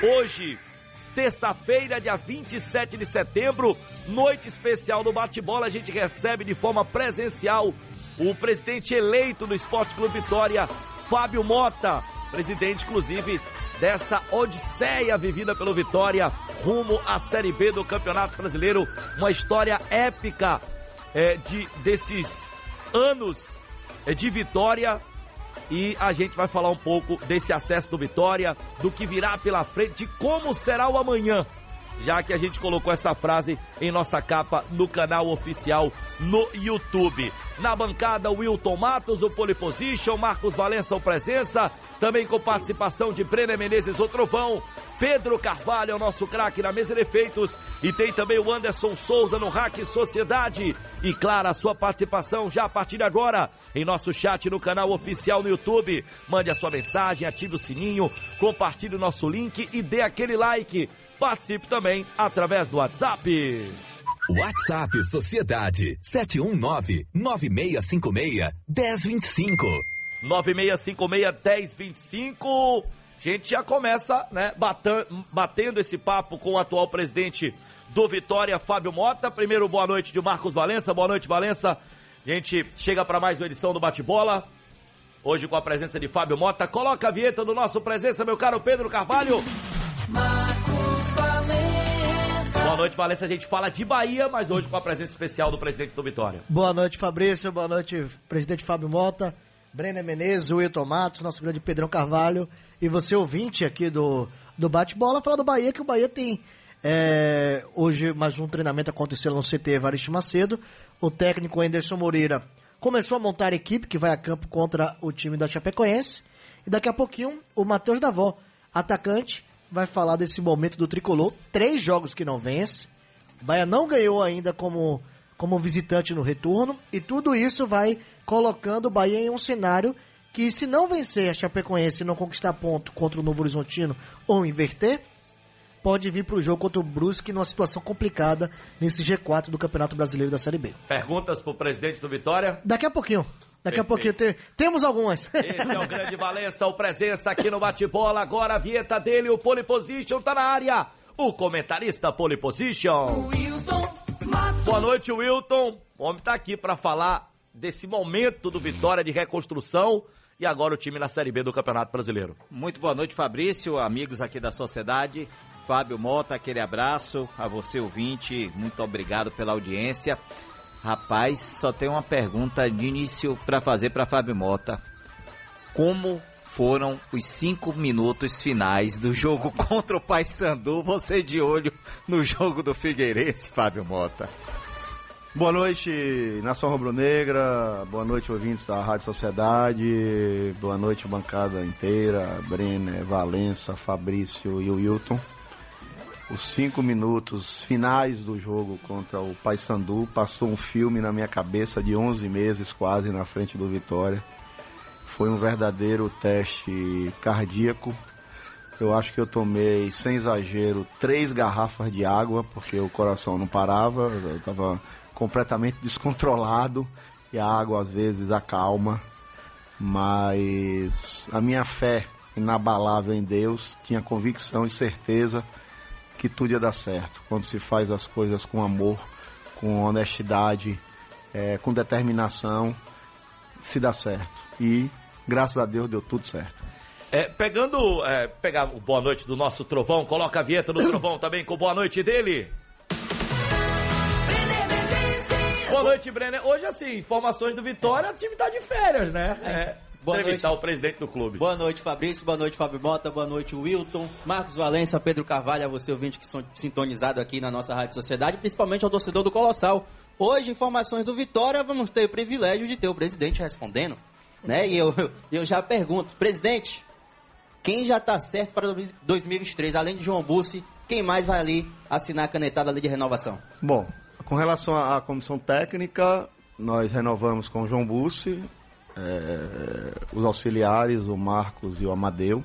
Hoje, terça-feira, dia 27 de setembro, noite especial do bate-bola, a gente recebe de forma presencial o presidente eleito do Esporte Clube Vitória, Fábio Mota, presidente, inclusive, dessa odisseia vivida pelo Vitória rumo à Série B do Campeonato Brasileiro, uma história épica desses anos de Vitória, e a gente vai falar um pouco desse acesso do Vitória, do que virá pela frente, de como será o amanhã, já que a gente colocou essa frase em nossa capa no canal oficial no YouTube. Na bancada, Wilton Matos, o Pole Position, Marcos Valença, o Presença, também com participação de Brenner Menezes, o Trovão, Pedro Carvalho, o nosso craque na mesa de efeitos, e tem também o Anderson Souza no Hack Sociedade. E claro, a sua participação já a partir de agora em nosso chat no canal oficial no YouTube. Mande a sua mensagem, ative o sininho, compartilhe o nosso link e dê aquele like. Participe também através do WhatsApp. WhatsApp Sociedade 719-9656-1025. 9656-1025. A gente já começa, né, batendo esse papo com o atual presidente do Vitória, Fábio Mota. Primeiro, boa noite de Marcos Valença. Boa noite, Valença. A gente chega para mais uma edição do Bate-Bola. Hoje com a presença de Fábio Mota. Coloca a vinheta do nosso Presença, meu caro Pedro Carvalho. Boa noite, Valença. A gente fala de Bahia, mas hoje com a presença especial do presidente do Vitória. Boa noite, Fabrício. Boa noite, presidente Fábio Mota, Brenner Menezes, Wilton Matos, nosso grande Pedrão Carvalho e você ouvinte aqui do Bate-Bola. Falar do Bahia, que o Bahia tem hoje mais um treinamento acontecendo no CT Evaristo Macedo. O técnico Anderson Moreira começou a montar a equipe que vai a campo contra o time da Chapecoense. E daqui a pouquinho o Matheus Davó, atacante, vai falar desse momento do Tricolor. 3 jogos que não vence. O Bahia não ganhou ainda como visitante no retorno. E tudo isso vai colocando o Bahia em um cenário que, se não vencer a Chapecoense e não conquistar ponto contra o Novo Horizontino ou inverter, pode vir para o jogo contra o Brusque numa situação complicada nesse G4 do Campeonato Brasileiro da Série B. Perguntas para o presidente do Vitória? Daqui a pouquinho. Daqui a pouquinho temos algumas. Esse é o grande Valença, o Presença aqui no Bate-Bola. Agora a vinheta dele, o Pole Position tá na área. O comentarista Pole Position. Boa noite, Wilton. O homem tá aqui para falar desse momento do Vitória de reconstrução e agora o time na Série B do Campeonato Brasileiro. Muito boa noite, Fabrício, amigos aqui da Sociedade. Fábio Mota, aquele abraço a você, ouvinte. Muito obrigado pela audiência. Rapaz, só tem uma pergunta de início para fazer para Fábio Mota. Como foram os 5 minutos finais do jogo contra o Paysandu? Você de olho no jogo do Figueirense, Fábio Mota. Boa noite, Nação Rubro-Negra. Boa noite, ouvintes da Rádio Sociedade. Boa noite, bancada inteira. Brenner, Valença, Fabrício e o Wilton. Os 5 minutos finais do jogo contra o Paysandu passou um filme na minha cabeça de 11 meses quase na frente do Vitória. Foi um verdadeiro teste cardíaco. Eu acho que eu tomei, sem exagero, 3 garrafas de água, porque o coração não parava, eu estava completamente descontrolado e a água às vezes acalma. Mas a minha fé inabalável em Deus, tinha convicção e certeza que tudo ia dar certo. Quando se faz as coisas com amor, com honestidade, com determinação, se dá certo. E, graças a Deus, deu tudo certo. Pegar o boa noite do nosso Trovão, coloca a vinheta do Trovão também com boa noite dele. Boa noite, Brenner. Hoje, assim, informações do Vitória, o time tá de férias, né? Entrevistar o presidente do clube. Boa noite, Fabrício. Boa noite, Fábio Mota. Boa noite, Wilton, Marcos Valença, Pedro Carvalho, a você ouvinte que são sintonizado aqui na nossa Rádio Sociedade, principalmente ao torcedor do Colossal. Hoje, informações do Vitória, vamos ter o privilégio de ter o presidente respondendo, né? E eu já pergunto, presidente, quem já tá certo para 2023, além de João Bussi, quem mais vai ali assinar a canetada ali de renovação? Bom, com relação à comissão técnica, nós renovamos com o João Bussi, os auxiliares, o Marcos e o Amadeu,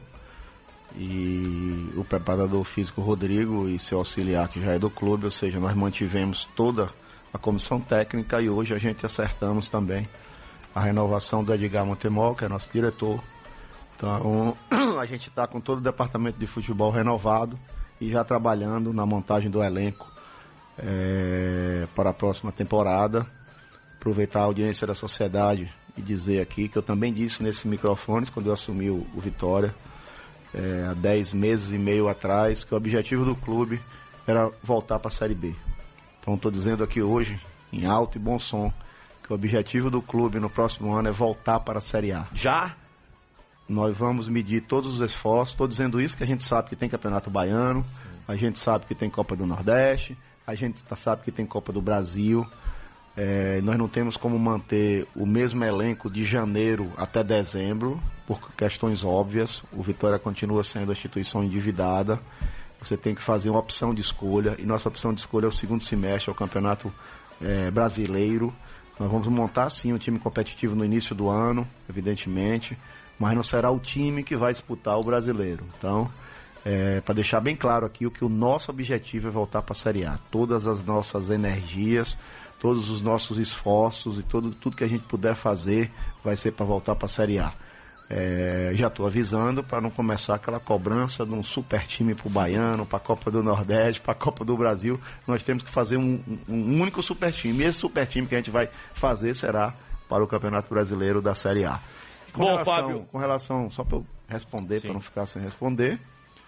e o preparador físico Rodrigo e seu auxiliar que já é do clube, ou seja, nós mantivemos toda a comissão técnica e hoje a gente acertamos também a renovação do Edgar Montemol, que é nosso diretor, Então, a gente está com todo o departamento de futebol renovado e já trabalhando na montagem do elenco para a próxima temporada. Aproveitar a audiência da sociedade e dizer aqui que eu também disse nesses microfones, quando eu assumi o Vitória, há 10 meses e meio atrás, que o objetivo do clube era voltar para a Série B. Então estou dizendo aqui hoje, em alto e bom som, que o objetivo do clube no próximo ano é voltar para a Série A. Já? Nós vamos medir todos os esforços. Estou dizendo isso que a gente sabe que tem Campeonato Baiano, a gente sabe que tem Copa do Nordeste, a gente sabe que tem Copa do Brasil. Nós não temos como manter o mesmo elenco de janeiro até dezembro, por questões óbvias. O Vitória continua sendo a instituição endividada. Você tem que fazer uma opção de escolha, e nossa opção de escolha é o segundo semestre, é o Campeonato Brasileiro. Nós vamos montar sim um time competitivo no início do ano, evidentemente, mas não será o time que vai disputar o Brasileiro. Então, para deixar bem claro aqui, o nosso objetivo é voltar para a Série A. Todas as nossas energias, todos os nossos esforços e tudo que a gente puder fazer vai ser para voltar para a Série A. Já estou avisando para não começar aquela cobrança de um super time para o Baiano, para a Copa do Nordeste, para a Copa do Brasil. Nós temos que fazer um único super time. E esse super time que a gente vai fazer será para o Campeonato Brasileiro da Série A. Fábio. Com relação, só para eu responder, para não ficar sem responder,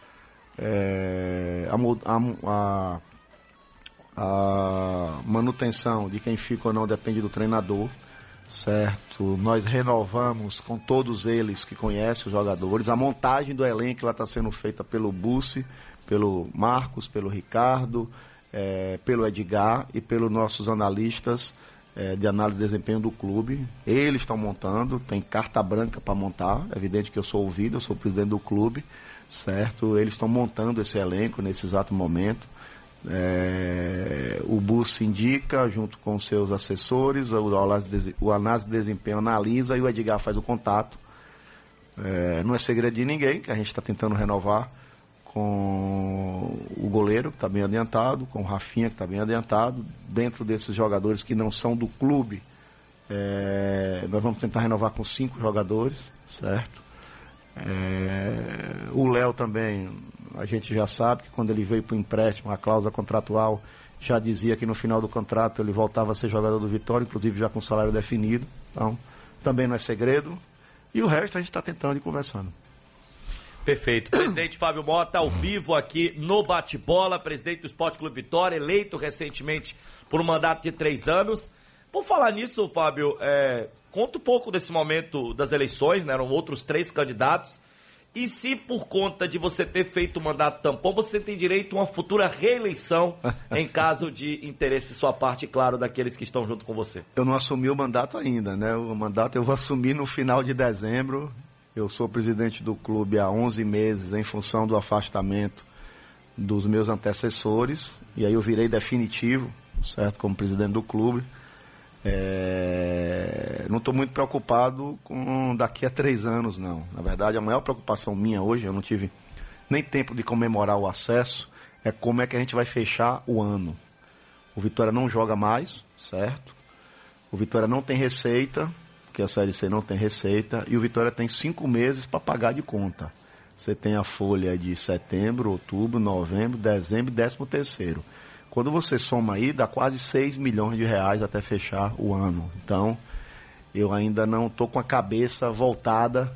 a manutenção de quem fica ou não depende do treinador, certo? Nós renovamos com todos eles que conhecem os jogadores. A montagem do elenco está sendo feita pelo Bussi, pelo Marcos, pelo Ricardo, pelo Edgar e pelos nossos analistas de análise de desempenho do clube. Eles estão montando, tem carta branca para montar. É evidente que eu sou ouvido, eu sou o presidente do clube, certo? Eles estão montando esse elenco nesse exato momento. O Bussi indica junto com seus assessores, o análise de desempenho analisa e o Edgar faz o contato. Não é segredo de ninguém que a gente está tentando renovar com o goleiro, que está bem adiantado, com o Rafinha, que está bem adiantado. Dentro desses jogadores que não são do clube, nós vamos tentar renovar com 5 jogadores, certo? O Léo também, a gente já sabe que quando ele veio para o empréstimo, a cláusula contratual já dizia que no final do contrato ele voltava a ser jogador do Vitória, inclusive já com salário definido. Então, também não é segredo. E o resto a gente está tentando e conversando. Perfeito. Presidente Fábio Mota, ao vivo aqui no Bate-Bola, presidente do Esporte Clube Vitória, eleito recentemente por um mandato de 3 anos. Por falar nisso, Fábio, conta um pouco desse momento das eleições, né? Eram outros 3 candidatos. E se por conta de você ter feito o mandato tampão, você tem direito a uma futura reeleição em caso de interesse de sua parte, claro, daqueles que estão junto com você? Eu não assumi o mandato ainda, né? O mandato eu vou assumir no final de dezembro. Eu sou presidente do clube há 11 meses em função do afastamento dos meus antecessores. E aí eu virei definitivo, certo? Como presidente do clube. Não estou muito preocupado com daqui a 3 anos, não. Na verdade, a maior preocupação minha hoje, eu não tive nem tempo de comemorar o acesso, é como é que a gente vai fechar o ano. O Vitória não joga mais, certo? O Vitória não tem receita, porque a Série C não tem receita, e o Vitória tem 5 meses para pagar de conta. Você tem a folha de setembro, outubro, novembro, dezembro e 13º. Quando você soma aí, dá quase 6 milhões de reais até fechar o ano. Então, eu ainda não estou com a cabeça voltada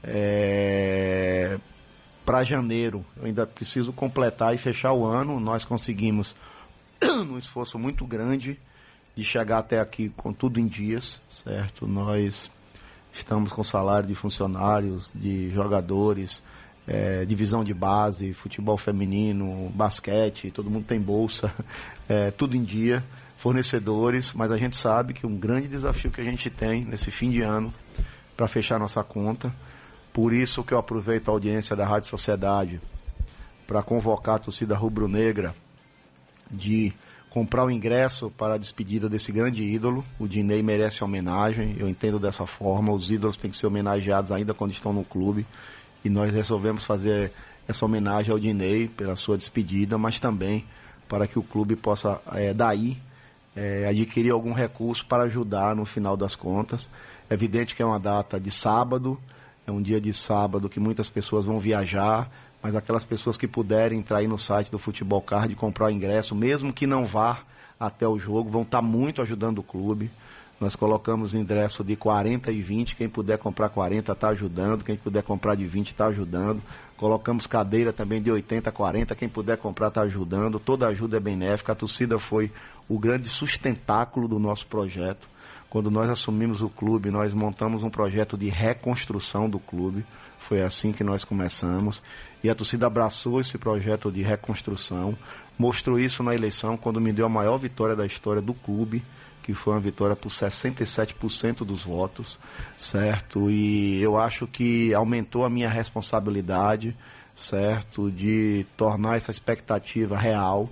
para janeiro. Eu ainda preciso completar e fechar o ano. Nós conseguimos, num esforço muito grande, de chegar até aqui com tudo em dias, certo? Nós estamos com salário de funcionários, de jogadores, divisão de base, futebol feminino, basquete, todo mundo tem bolsa, tudo em dia, fornecedores, mas a gente sabe que um grande desafio que a gente tem nesse fim de ano para fechar nossa conta. Por isso que eu aproveito a audiência da Rádio Sociedade para convocar a torcida rubro-negra de comprar o ingresso para a despedida desse grande ídolo. O Dinei merece homenagem, eu entendo dessa forma. Os ídolos têm que ser homenageados ainda quando estão no clube. E nós resolvemos fazer essa homenagem ao Dinei pela sua despedida, mas também para que o clube possa, adquirir algum recurso para ajudar no final das contas. É evidente que é uma data de sábado, É um dia de sábado que muitas pessoas vão viajar, mas aquelas pessoas que puderem entrar aí no site do Futebol Card e comprar o ingresso, mesmo que não vá até o jogo, vão estar muito ajudando o clube. Nós colocamos ingresso de 40 e 20, quem puder comprar 40 está ajudando, quem puder comprar de 20 está ajudando. Colocamos cadeira também de 80 a 40, quem puder comprar está ajudando. Toda ajuda é benéfica, a torcida foi o grande sustentáculo do nosso projeto. Quando nós assumimos o clube, nós montamos um projeto de reconstrução do clube. Foi assim que nós começamos. E a torcida abraçou esse projeto de reconstrução. Mostrou isso na eleição, quando me deu a maior vitória da história do clube, que foi uma vitória por 67% dos votos, certo? E eu acho que aumentou a minha responsabilidade, certo? De tornar essa expectativa real.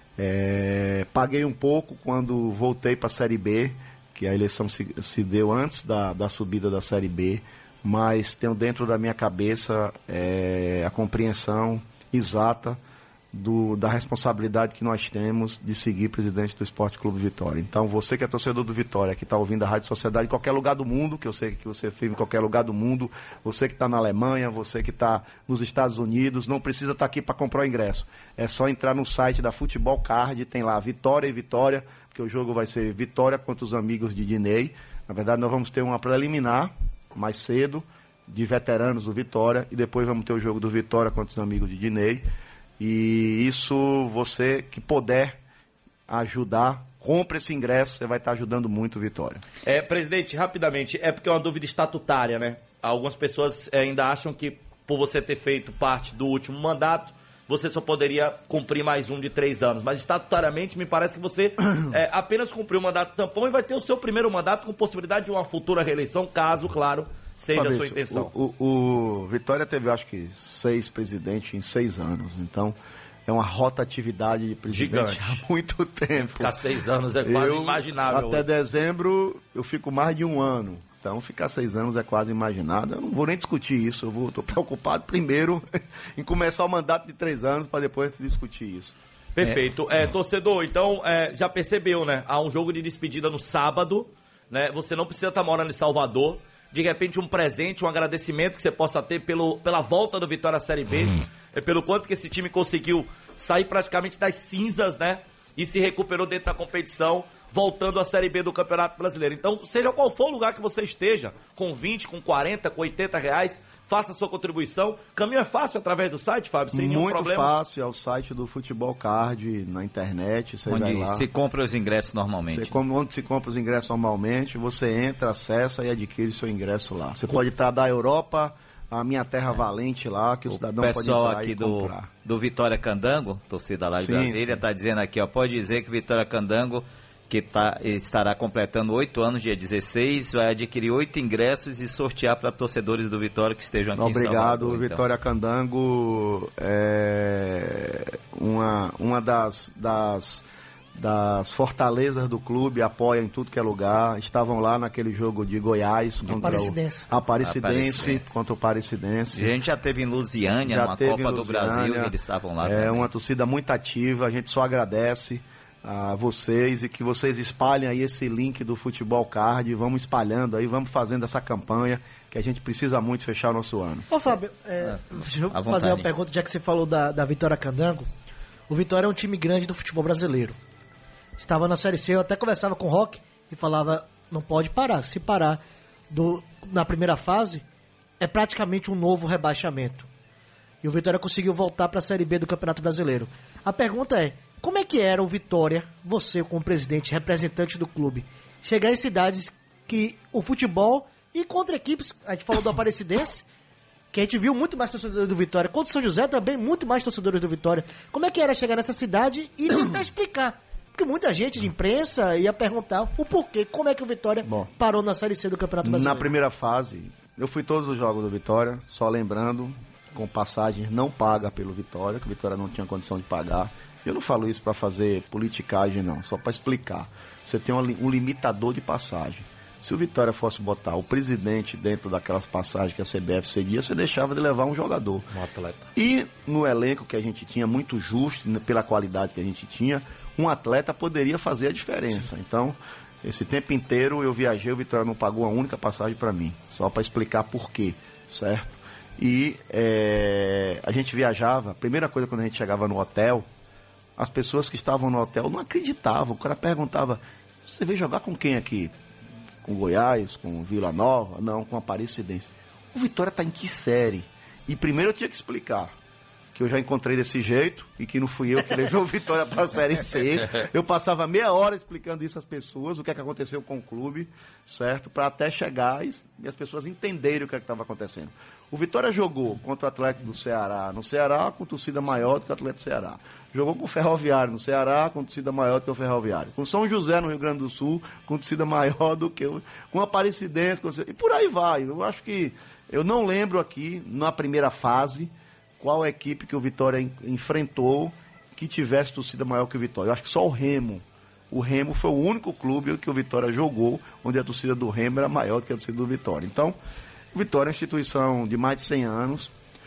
Paguei um pouco quando voltei para a Série B, que a eleição se deu antes da subida da Série B, mas tenho dentro da minha cabeça a compreensão exata da responsabilidade que nós temos de seguir presidente do Esporte Clube Vitória. Então, você que é torcedor do Vitória, que está ouvindo a Rádio Sociedade em qualquer lugar do mundo, que eu sei que você vive em qualquer lugar do mundo, você que está na Alemanha, você que está nos Estados Unidos, não precisa estar aqui para comprar o ingresso. É só entrar no site da Futebol Card, tem lá Vitória e Vitória, porque o jogo vai ser Vitória contra os amigos de Dinei. Na verdade, nós vamos ter uma preliminar mais cedo, de veteranos do Vitória, e depois vamos ter o jogo do Vitória contra os amigos de Dinei. E isso, você que puder ajudar, compre esse ingresso, você vai estar ajudando muito o Vitória. Presidente, rapidamente, é porque é uma dúvida estatutária, né? Algumas pessoas ainda acham que, por você ter feito parte do último mandato, você só poderia cumprir mais um de 3 anos. Mas estatutariamente, me parece que você apenas cumpriu o mandato tampão e vai ter o seu primeiro mandato com possibilidade de uma futura reeleição, caso, claro, seja a sua intenção. O Vitória teve, acho que, 6 presidentes em 6 anos. Então, é uma rotatividade de presidente há muito tempo. Ficar 6 anos é quase imaginável. Até dezembro, eu fico mais de 1 ano. Então, ficar 6 anos é quase imaginado. Eu não vou nem discutir isso. Eu estou preocupado primeiro em começar o mandato de 3 anos para depois discutir isso. Perfeito. Torcedor, então, já percebeu, né? Há um jogo de despedida no sábado, né? Você não precisa estar morando em Salvador. De repente, um presente, um agradecimento que você possa ter pela volta do Vitória à Série B. Pelo quanto que esse time conseguiu sair praticamente das cinzas, né? E se recuperou dentro da competição, voltando à Série B do Campeonato Brasileiro. Então, seja qual for o lugar que você esteja, com 20, com 40, com 80 reais, faça a sua contribuição. O caminho é fácil através do site, Fábio, sem nenhum problema? Muito fácil, é o site do Futebol Card, na internet, você vai lá. Onde se compra os ingressos normalmente. Onde se compra os ingressos normalmente, você entra, acessa e adquire seu ingresso lá. Você pode estar da Europa, a minha terra valente lá, que o cidadão pode entrar aqui e comprar. do Vitória Candango, torcida lá de Brasília, está dizendo aqui, ó, pode dizer que Vitória Candango, que estará completando 8 anos, dia 16, vai adquirir 8 ingressos e sortear para torcedores do Vitória que estejam aqui em Salvador. Obrigado, Vitória Candango é uma das fortalezas do clube, apoia em tudo que é lugar. Estavam lá naquele jogo de Goiás contra o Aparecidense, contra o Aparecidense. A gente já teve em Lusiânia, numa Copa do Brasil, eles estavam lá também. É uma torcida muito ativa, a gente só agradece a vocês e que vocês espalhem aí esse link do Futebol Card, vamos espalhando aí, vamos fazendo essa campanha que a gente precisa muito fechar o nosso ano. Ô Fábio, deixa eu fazer uma pergunta, já que você falou da Vitória Candango. O Vitória é um time grande do futebol brasileiro. Estava na Série C, eu até conversava com o Roque e falava, não pode parar, se parar na primeira fase, é praticamente um novo rebaixamento. E o Vitória conseguiu voltar para a Série B do Campeonato Brasileiro. A pergunta é, como é que era o Vitória, você como presidente, representante do clube, chegar em cidades que o futebol e contra equipes, a gente falou do Aparecidense, que a gente viu muito mais torcedores do Vitória, contra o São José também, muito mais torcedores do Vitória. Como é que era chegar nessa cidade e tentar explicar? Porque muita gente de imprensa ia perguntar o porquê, como é que o Vitória parou na Série C do Campeonato Brasileiro. Na primeira fase, eu fui todos os jogos do Vitória, só lembrando, com passagem não paga pelo Vitória, que o Vitória não tinha condição de pagar. Eu não falo isso para fazer politicagem, não, só para explicar. Você tem um limitador de passagem. Se o Vitória fosse botar o presidente dentro daquelas passagens que a CBF cedia, você deixava de levar um jogador. Um atleta. E no elenco que a gente tinha, muito justo, pela qualidade que a gente tinha, um atleta poderia fazer a diferença. Sim. Então, esse tempo inteiro eu viajei, o Vitória não pagou a única passagem para mim. Só para explicar por quê. certo? E a gente viajava, a primeira coisa quando a gente chegava no hotel, as pessoas que estavam no hotel não acreditavam. O cara perguntava, você veio jogar com quem aqui? Com Goiás, com Vila Nova? Não, com Aparecidense. O Vitória está em que série? E primeiro eu tinha que explicar que eu já encontrei desse jeito e que não fui eu que levei o Vitória para a Série C. Eu passava meia hora explicando isso às pessoas, o que é que aconteceu com o clube, certo? Para até chegar e as pessoas entenderem o que é que estava acontecendo. O Vitória jogou contra o Atlético do Ceará, no Ceará, com torcida maior do que o Atlético do Ceará. Jogou com o Ferroviário no Ceará, com torcida maior do que o Ferroviário. Com São José, no Rio Grande do Sul, com torcida maior do que o... Com Aparecidense, e por aí vai. Eu acho que... Eu não lembro aqui, na primeira fase, qual equipe que o Vitória enfrentou que tivesse torcida maior que o Vitória. Eu acho que só o Remo. O Remo foi o único clube que o Vitória jogou, onde a torcida do Remo era maior do que a torcida do Vitória. Então, o Vitória é uma instituição de mais de 100 anos,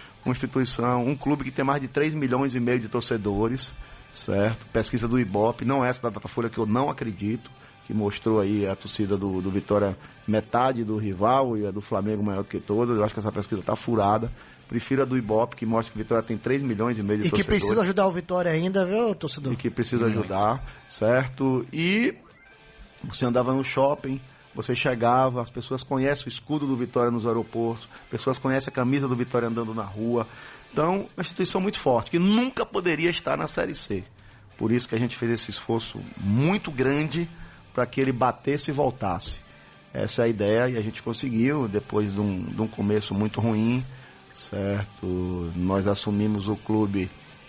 um clube que tem mais de 3,5 milhões de torcedores, certo? Pesquisa do Ibope, não é essa da Datafolha que eu não acredito, que mostrou aí a torcida do Vitória metade do rival e a do Flamengo maior do que todas. Eu acho que essa pesquisa está furada. Prefiro a do Ibope, que mostra que o Vitória tem 3,5 milhões de torcedores. E que precisa ajudar o Vitória ainda, viu, torcedor? E que precisa ajudar, certo? E você andava no shopping, você chegava, as pessoas conhecem o escudo do Vitória nos aeroportos, pessoas conhecem a camisa do Vitória andando na rua. Então, uma instituição muito forte, que nunca poderia estar na Série C. Por isso que a gente fez esse esforço muito grande para que ele batesse e voltasse. Essa é a ideia e a gente conseguiu, depois de um começo muito ruim, certo? Nós assumimos o clube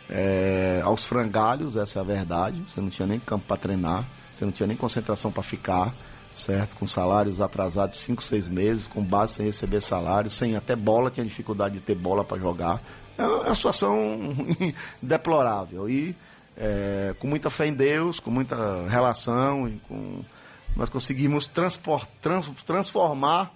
aos frangalhos, essa é a verdade. Você não tinha nem campo para treinar, você não tinha nem concentração para ficar, certo? Com salários atrasados 5, 6 meses, com base sem receber salário, sem até bola, tinha dificuldade de ter bola para jogar. É uma situação deplorável e com muita fé em Deus, com muita relação, nós conseguimos transformar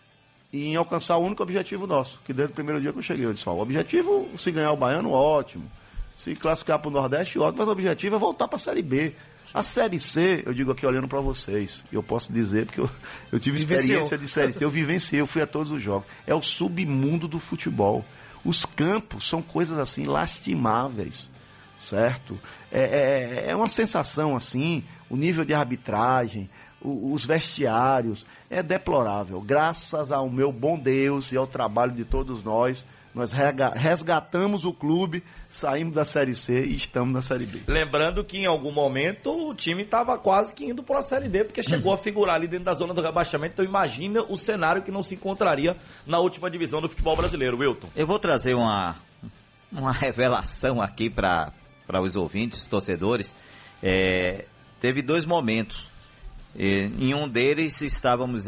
e alcançar o único objetivo nosso, que desde o primeiro dia que eu cheguei, eu disse, o objetivo, se ganhar o Baiano, ótimo, se classificar para o Nordeste, ótimo, mas o objetivo é voltar para a Série B. A Série C, eu digo aqui olhando para vocês, e eu posso dizer porque eu tive experiência de Série C, eu vivenciei, eu fui a todos os jogos, é o submundo do futebol. Os campos são coisas assim lastimáveis, certo? É uma sensação assim, o nível de arbitragem, os vestiários, é deplorável. Graças ao meu bom Deus e ao trabalho de todos nós resgatamos o clube, saímos da Série C e estamos na Série B. Lembrando que em algum momento o time estava quase que indo para a Série D, porque chegou a figurar ali dentro da zona do rebaixamento. Então imagina o cenário que não se encontraria na última divisão do futebol brasileiro, Wilton. Eu vou trazer uma revelação aqui para os ouvintes, os torcedores. Teve 2 momentos. Em um deles estávamos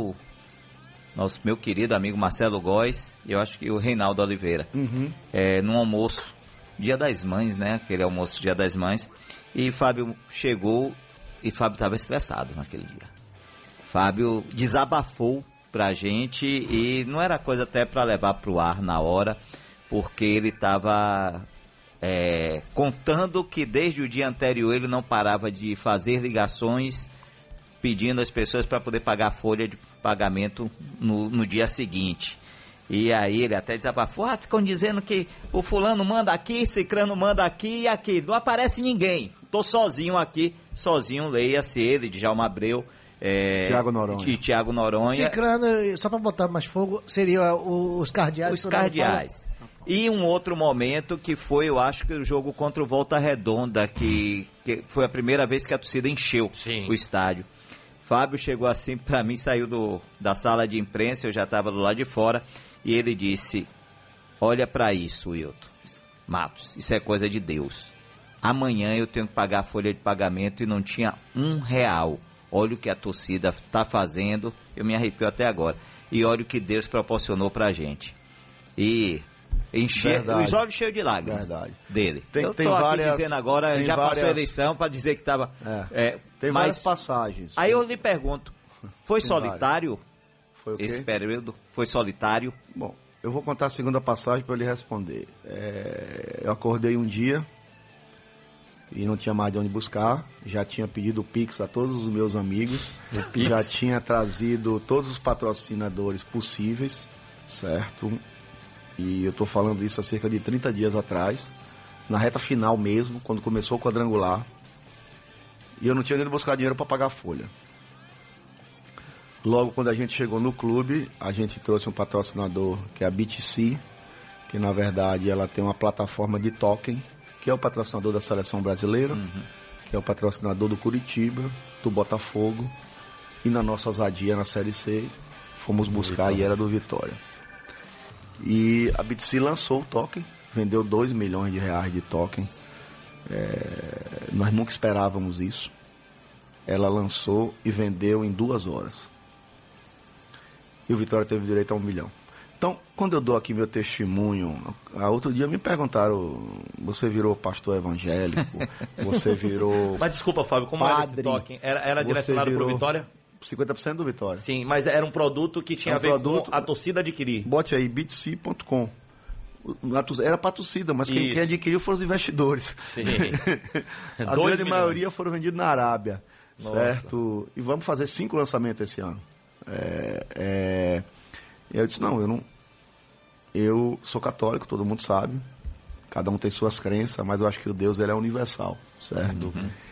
meu querido amigo Marcelo Góes e eu acho que o Reinaldo Oliveira, num almoço, Dia das Mães, né? Aquele almoço Dia das Mães. E Fábio chegou e Fábio estava estressado naquele dia. Fábio desabafou pra gente e não era coisa até para levar pro ar na hora, porque ele estava contando que desde o dia anterior ele não parava de fazer ligações pedindo às pessoas para poder pagar a folha de pagamento no dia seguinte. E aí ele até desabafou, ficam dizendo que o fulano manda aqui, cicrano manda aqui e aqui, não aparece ninguém, tô sozinho aqui, leia-se ele, Djalma Abreu, Thiago Noronha. Cicrano, só para botar mais fogo, seria os cardeais. Os cardeais. E um outro momento que foi, eu acho que o jogo contra o Volta Redonda, que foi a primeira vez que a torcida encheu o estádio. Fábio chegou assim para mim, saiu da sala de imprensa, eu já estava do lado de fora, e ele disse, olha para isso, Wilton Matos, isso é coisa de Deus. Amanhã eu tenho que pagar a folha de pagamento e não tinha R$1. Olha o que a torcida está fazendo, eu me arrepio até agora. E olha o que Deus proporcionou para a gente. E os olhos cheios de lágrimas dele. Eu estou aqui dizendo agora, já passou a eleição para dizer que estava... Tem várias passagens. Aí eu lhe pergunto, foi solitário? Foi o quê? Esse período foi solitário? Bom, eu vou contar a segunda passagem para ele responder. Eu acordei um dia e não tinha mais de onde buscar. Já tinha pedido o Pix a todos os meus amigos. Já tinha trazido todos os patrocinadores possíveis. certo? E eu estou falando isso há cerca de 30 dias atrás, na reta final mesmo, quando começou o quadrangular, e eu não tinha nem ido buscar dinheiro para pagar a folha. Logo quando a gente chegou no clube, a gente trouxe um patrocinador, que é a BTC, que na verdade ela tem uma plataforma de token, que é o patrocinador da seleção brasileira, que é o patrocinador do Curitiba, do Botafogo, e na nossa ousadia na Série C, fomos buscar e era do Vitória. E a BTC lançou o token, vendeu 2 milhões de reais de token. Nós nunca esperávamos isso. Ela lançou e vendeu em 2 horas. E o Vitória teve direito a 1 milhão. Então, quando eu dou aqui meu testemunho, outro dia me perguntaram, você virou pastor evangélico, você virou... Mas desculpa, Fábio, como era esse token? Era direcionado para o Vitória? 50% do Vitória. Sim, mas era um produto que tinha a ver com a torcida adquirir. Bote aí, btc.com. Era para a torcida, mas quem adquiriu foram os investidores. Sim. A grande maioria foram vendidos na Arábia. Nossa. Certo? E vamos fazer 5 lançamentos esse ano. Eu disse, eu sou católico, todo mundo sabe. Cada um tem suas crenças, mas eu acho que o Deus ele é universal, certo?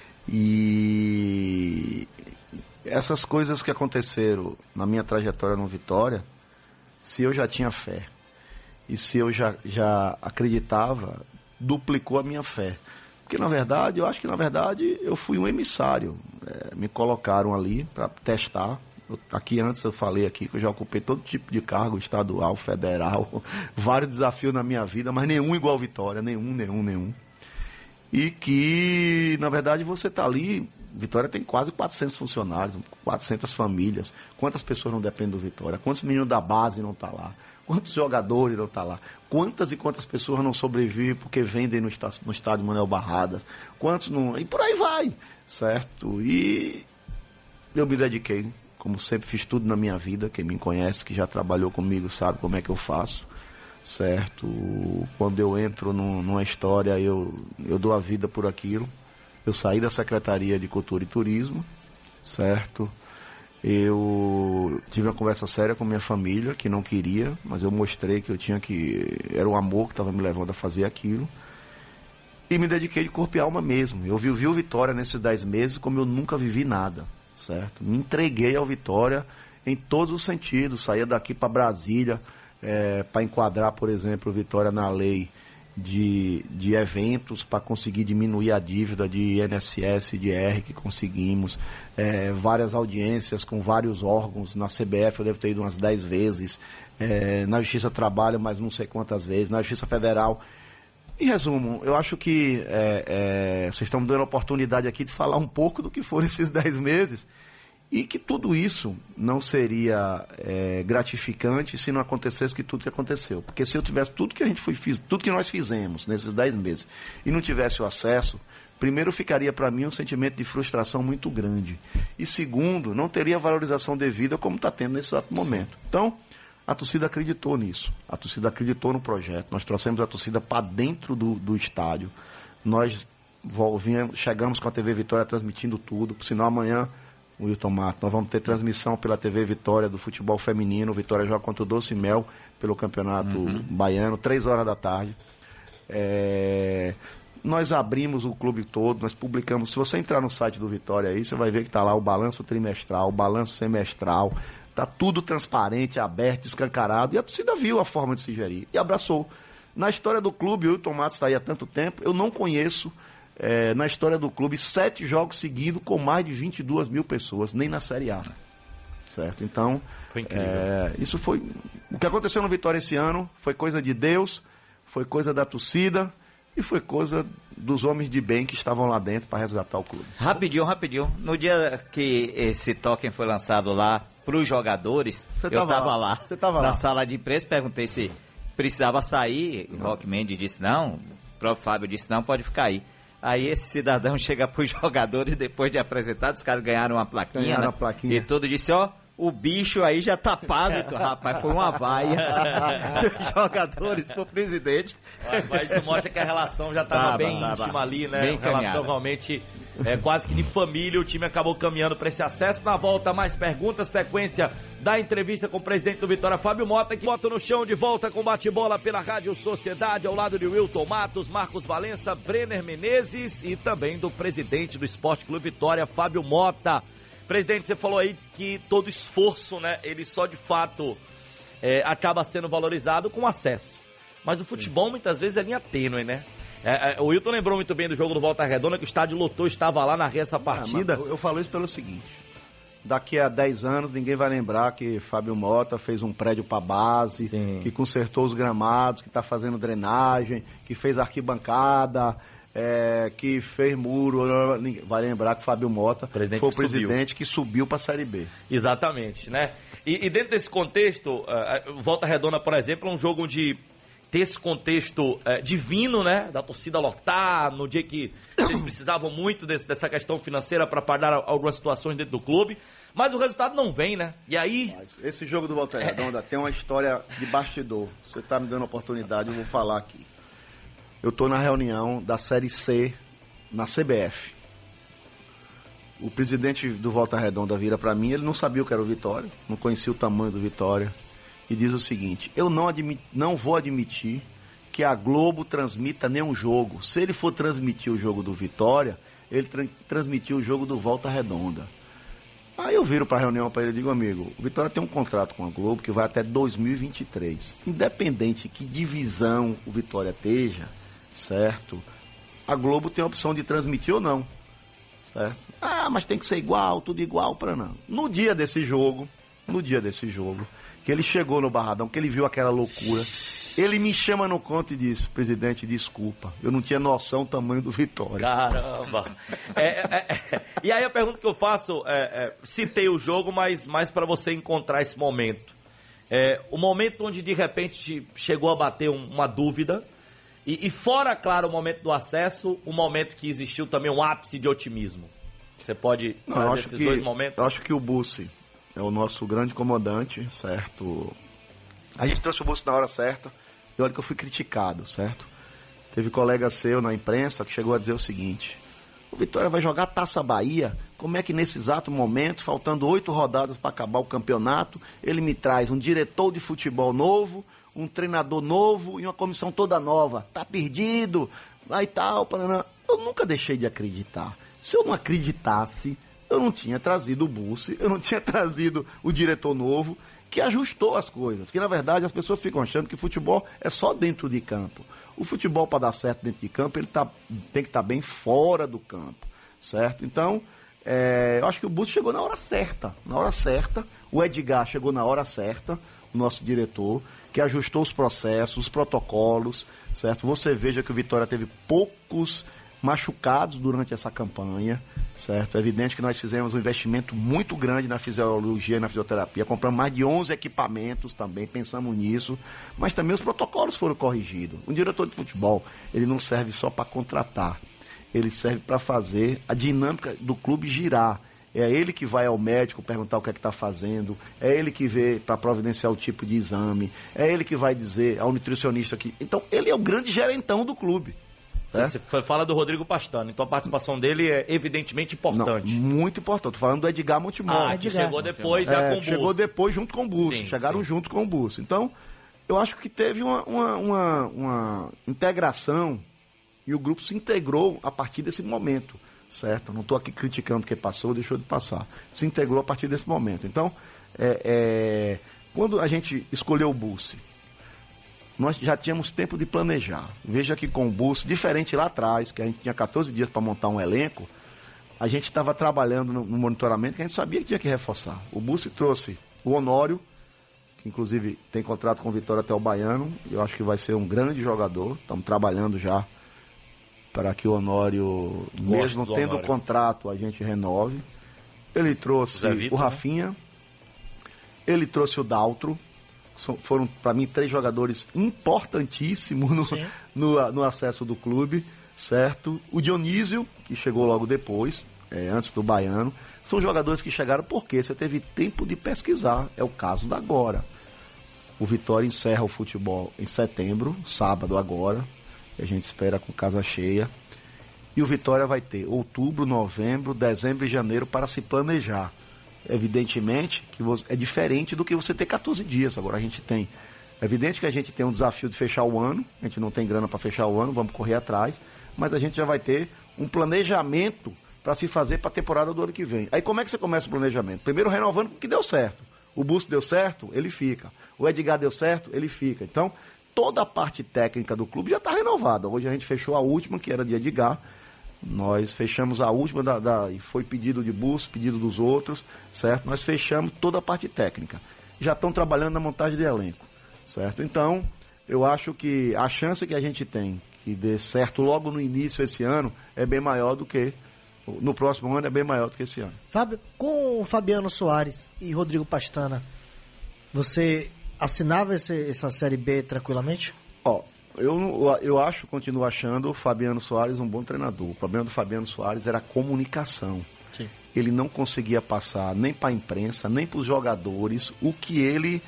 E essas coisas que aconteceram na minha trajetória no Vitória, se eu já tinha fé e se eu já acreditava, duplicou a minha fé. Porque, na verdade, eu fui um emissário. Me colocaram ali para testar. Antes eu falei aqui que eu já ocupei todo tipo de cargo, estadual, federal, vários desafios na minha vida, mas nenhum igual Vitória, nenhum. E que, na verdade, você está ali, Vitória tem quase 400 funcionários, 400 famílias. Quantas pessoas não dependem do Vitória? Quantos meninos da base não estão lá? Quantos jogadores não estão lá? Quantas e quantas pessoas não sobrevivem porque vendem no estádio Manuel Barradas? Quantos não... E por aí vai, certo? E eu me dediquei, como sempre fiz tudo na minha vida. Quem me conhece, que já trabalhou comigo, sabe como é que eu faço, certo? Quando eu entro numa história, eu dou a vida por aquilo. Eu saí da Secretaria de Cultura e Turismo, certo? Eu tive uma conversa séria com minha família, que não queria, mas eu mostrei que era o amor que estava me levando a fazer aquilo. E me dediquei de corpo e alma mesmo. Eu vivi o Vitória nesses 10 meses como eu nunca vivi nada, certo? Me entreguei ao Vitória em todos os sentidos. Saía daqui para Brasília, para enquadrar, por exemplo, o Vitória na lei de eventos, para conseguir diminuir a dívida de INSS e de R que conseguimos, várias audiências com vários órgãos. Na CBF eu devo ter ido umas 10 vezes, na Justiça do Trabalho mais não sei quantas vezes, na Justiça Federal. Em resumo, eu acho que vocês estão me dando a oportunidade aqui de falar um pouco do que foram esses 10 meses, e que tudo isso não seria gratificante se não acontecesse tudo que aconteceu. Porque se eu tivesse tudo que nós fizemos nesses 10 meses e não tivesse o acesso, primeiro ficaria para mim um sentimento de frustração muito grande. E segundo, não teria valorização devida como está tendo nesse exato momento. Então, a torcida acreditou nisso. A torcida acreditou no projeto. Nós trouxemos a torcida para dentro do estádio. Nós chegamos com a TV Vitória transmitindo tudo. Por sinal, amanhã, o Wilton Matos, nós vamos ter transmissão pela TV Vitória do futebol feminino. Vitória joga contra o Doce Mel pelo Campeonato Baiano, 3 horas da tarde. Nós abrimos o clube todo, nós publicamos. Se você entrar no site do Vitória aí, você vai ver que está lá o balanço trimestral, o balanço semestral. Está tudo transparente, aberto, escancarado. E a torcida viu a forma de se gerir e abraçou. Na história do clube, o Wilton Matos está aí há tanto tempo, eu não conheço... na história do clube, 7 jogos seguidos com mais de 22 mil pessoas, nem na Série A. Certo? Então, foi incrível. Isso foi... O que aconteceu no Vitória esse ano foi coisa de Deus, foi coisa da torcida e foi coisa dos homens de bem que estavam lá dentro para resgatar o clube. Rapidinho. No dia que esse token foi lançado lá para os jogadores, eu estava lá. Você estava lá? Na sala de imprensa, perguntei se precisava sair. O Rockman disse não, o próprio Fábio disse não, pode ficar aí. Aí esse cidadão chega para os jogadores, depois de apresentado, os caras ganharam uma plaquinha, né? E tudo disse, o bicho aí já tá pago, rapaz, foi uma vaia dos jogadores pro presidente. Mas isso mostra que a relação já estava bem íntima ali, né? Bem relação realmente quase que de família, o time acabou caminhando para esse acesso. Na volta, mais perguntas, sequência da entrevista com o presidente do Vitória, Fábio Mota, que bota no chão de volta com bate-bola pela Rádio Sociedade, ao lado de Wilton Matos, Marcos Valença, Brenner Menezes e também do presidente do Esporte Clube Vitória, Fábio Mota. Presidente, você falou aí que todo esforço, né, ele só de fato acaba sendo valorizado com acesso. Mas o futebol muitas vezes é linha tênue, né? O Wilton lembrou muito bem do jogo do Volta Redonda, que o estádio lotou, estava lá, narrei essa partida. Eu falo isso pelo seguinte: daqui a 10 anos ninguém vai lembrar que Fábio Mota fez um prédio para base, sim, que consertou os gramados, que está fazendo drenagem, que fez arquibancada, que fez muro. Vai lembrar que Fábio Mota foi o presidente que subiu para a Série B. Exatamente, né? E dentro desse contexto, Volta Redonda, por exemplo, é um jogo onde tem esse contexto divino, né? Da torcida lotar, no dia que eles precisavam muito dessa questão financeira para pagar algumas situações dentro do clube. Mas o resultado não vem, né? E aí... Esse jogo do Volta Redonda tem uma história de bastidor. Você está me dando a oportunidade, eu vou falar aqui. Eu estou na reunião da Série C na CBF. O presidente do Volta Redonda vira para mim, ele não sabia o que era o Vitória, não conhecia o tamanho do Vitória, e diz o seguinte: eu não vou admitir que a Globo transmita nenhum jogo. Se ele for transmitir o jogo do Vitória, ele transmitiu o jogo do Volta Redonda. Aí eu viro para a reunião para ele e digo: amigo, o Vitória tem um contrato com a Globo que vai até 2023. Independente que divisão o Vitória esteja, certo? A Globo tem a opção de transmitir ou não, certo? Mas tem que ser igual, tudo igual para não. No dia desse jogo, que ele chegou no Barradão, que ele viu aquela loucura, ele me chama no canto e diz: presidente, desculpa, eu não tinha noção do tamanho do Vitória. Caramba! E aí a pergunta que eu faço, citei o jogo, mas mais para você encontrar esse momento. O momento onde de repente chegou a bater uma dúvida, e fora, claro, o momento do acesso, o momento que existiu também um ápice de otimismo. Você pode trazer esses dois momentos? Eu acho que o Bussi é o nosso grande comandante, certo? A gente trouxe o Bussi na hora certa, e olha que eu fui criticado, certo? Teve colega seu na imprensa que chegou a dizer o seguinte: o Vitória vai jogar Taça Bahia, como é que nesse exato momento, faltando 8 rodadas para acabar o campeonato, ele me traz um diretor de futebol novo, um treinador novo e uma comissão toda nova? Tá perdido, vai tal, paraná. Eu nunca deixei de acreditar. Se eu não acreditasse, eu não tinha trazido o Bussi, eu não tinha trazido o diretor novo, que ajustou as coisas. Porque, na verdade, as pessoas ficam achando que futebol é só dentro de campo. O futebol, para dar certo dentro de campo, ele tem que estar bem fora do campo, certo? Então, eu acho que o Bussi chegou na hora certa. Na hora certa, o Edgar chegou na hora certa, o nosso diretor, que ajustou os processos, os protocolos, certo? Você veja que o Vitória teve poucos machucados durante essa campanha, certo? É evidente que nós fizemos um investimento muito grande na fisiologia e na fisioterapia, compramos mais de 11 equipamentos também, pensamos nisso, mas também os protocolos foram corrigidos. Um diretor de futebol, ele não serve só para contratar, ele serve para fazer a dinâmica do clube girar. É ele que vai ao médico perguntar o que é que está fazendo, é ele que vê para providenciar o tipo de exame, é ele que vai dizer ao nutricionista que... Então, ele é o grande gerentão do clube. Você fala do Rodrigo Pastano, então a participação dele é evidentemente importante. Não, muito importante. Estou falando do Edgar Montemor. Que chegou depois já com o Bussi. Chegou depois junto com o Bussi. Chegaram junto com o Bussi. Então, eu acho que teve uma integração e o grupo se integrou a partir desse momento, certo? Não estou aqui criticando quem passou, deixou de passar. Se integrou a partir desse momento. Então, quando a gente escolheu o Bussi, nós já tínhamos tempo de planejar. Veja que com o Bussi, diferente lá atrás, que a gente tinha 14 dias para montar um elenco, a gente estava trabalhando no monitoramento que a gente sabia que tinha que reforçar. O Bussi trouxe o Honório, que inclusive tem contrato com o Vitória até o Baiano, eu acho que vai ser um grande jogador. Estamos trabalhando já para que o Honório, mesmo tendo o contrato, a gente renove. Ele trouxe o Rafinha, ele trouxe o Daltro. Foram, para mim, 3 jogadores importantíssimos no acesso do clube, certo? O Dionísio, que chegou logo depois, antes do Baiano. São jogadores que chegaram porque você teve tempo de pesquisar. É o caso da agora. O Vitória encerra o futebol em setembro, sábado agora. E a gente espera com casa cheia. E o Vitória vai ter outubro, novembro, dezembro e janeiro para se planejar. Evidentemente que é diferente do que você ter 14 dias. Agora a gente tem. É evidente que a gente tem um desafio de fechar o ano. A gente não tem grana para fechar o ano, vamos correr atrás. Mas a gente já vai ter um planejamento para se fazer para a temporada do ano que vem. Aí como é que você começa o planejamento? Primeiro renovando o que deu certo. O Busto deu certo, ele fica. O Edgar deu certo, ele fica. Então, toda a parte técnica do clube já está renovada. Hoje a gente fechou a última, que era de Edgar. Nós fechamos a última, e foi pedido de Busto, pedido dos outros, certo? Nós fechamos toda a parte técnica. Já estão trabalhando na montagem de elenco, certo? Então, eu acho que a chance que a gente tem que dê certo logo no início esse ano é bem maior do que no próximo ano, é bem maior do que esse ano. Fábio, com o Fabiano Soares e Rodrigo Pastana, você assinava essa Série B tranquilamente? Eu continuo achando o Fabiano Soares um bom treinador. O problema do Fabiano Soares era a comunicação. Sim. Ele não conseguia passar nem para a imprensa, nem para os jogadores o que ele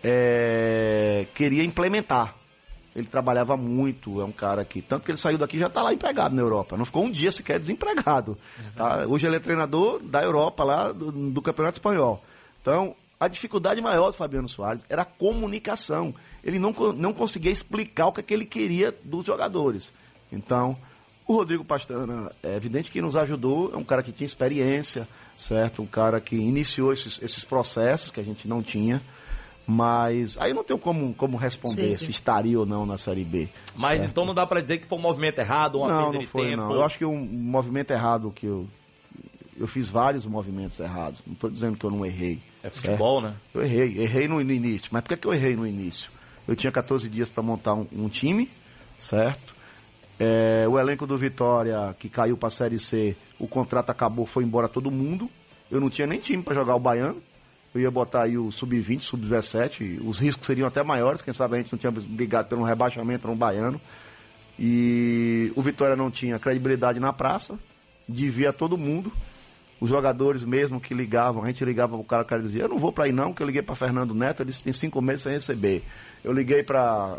queria implementar. Ele trabalhava muito, é um cara que... Tanto que ele saiu daqui e já está lá empregado na Europa. Não ficou um dia sequer desempregado. Tá? Hoje ele é treinador da Europa, lá do Campeonato Espanhol. Então, a dificuldade maior do Fabiano Soares era a comunicação. Ele não conseguia explicar o que ele queria dos jogadores. Então, o Rodrigo Pastana, é evidente que nos ajudou, é um cara que tinha experiência, certo? Um cara que iniciou esses processos que a gente não tinha. Mas aí eu não tenho como responder se estaria ou não na Série B. Mas certo? Então não dá para dizer que foi um movimento errado, uma perda de tempo? Não. Eu acho que um movimento errado que eu fiz vários movimentos errados. Não estou dizendo que eu não errei. É futebol, certo? Né? Eu errei no início. Mas por que eu errei no início? Eu tinha 14 dias para montar um time, certo? O elenco do Vitória, que caiu para a Série C, o contrato acabou, foi embora todo mundo. Eu não tinha nem time para jogar o Baiano. Eu ia botar aí o Sub-20, Sub-17, os riscos seriam até maiores, quem sabe a gente não tinha brigado pelo rebaixamento no Baiano. E o Vitória não tinha credibilidade na praça, devia a todo mundo. Os jogadores mesmo que ligavam, a gente ligava pro cara dizia, eu não vou para aí não, que eu liguei para Fernando Neto, ele disse, tem 5 meses sem receber. Eu liguei para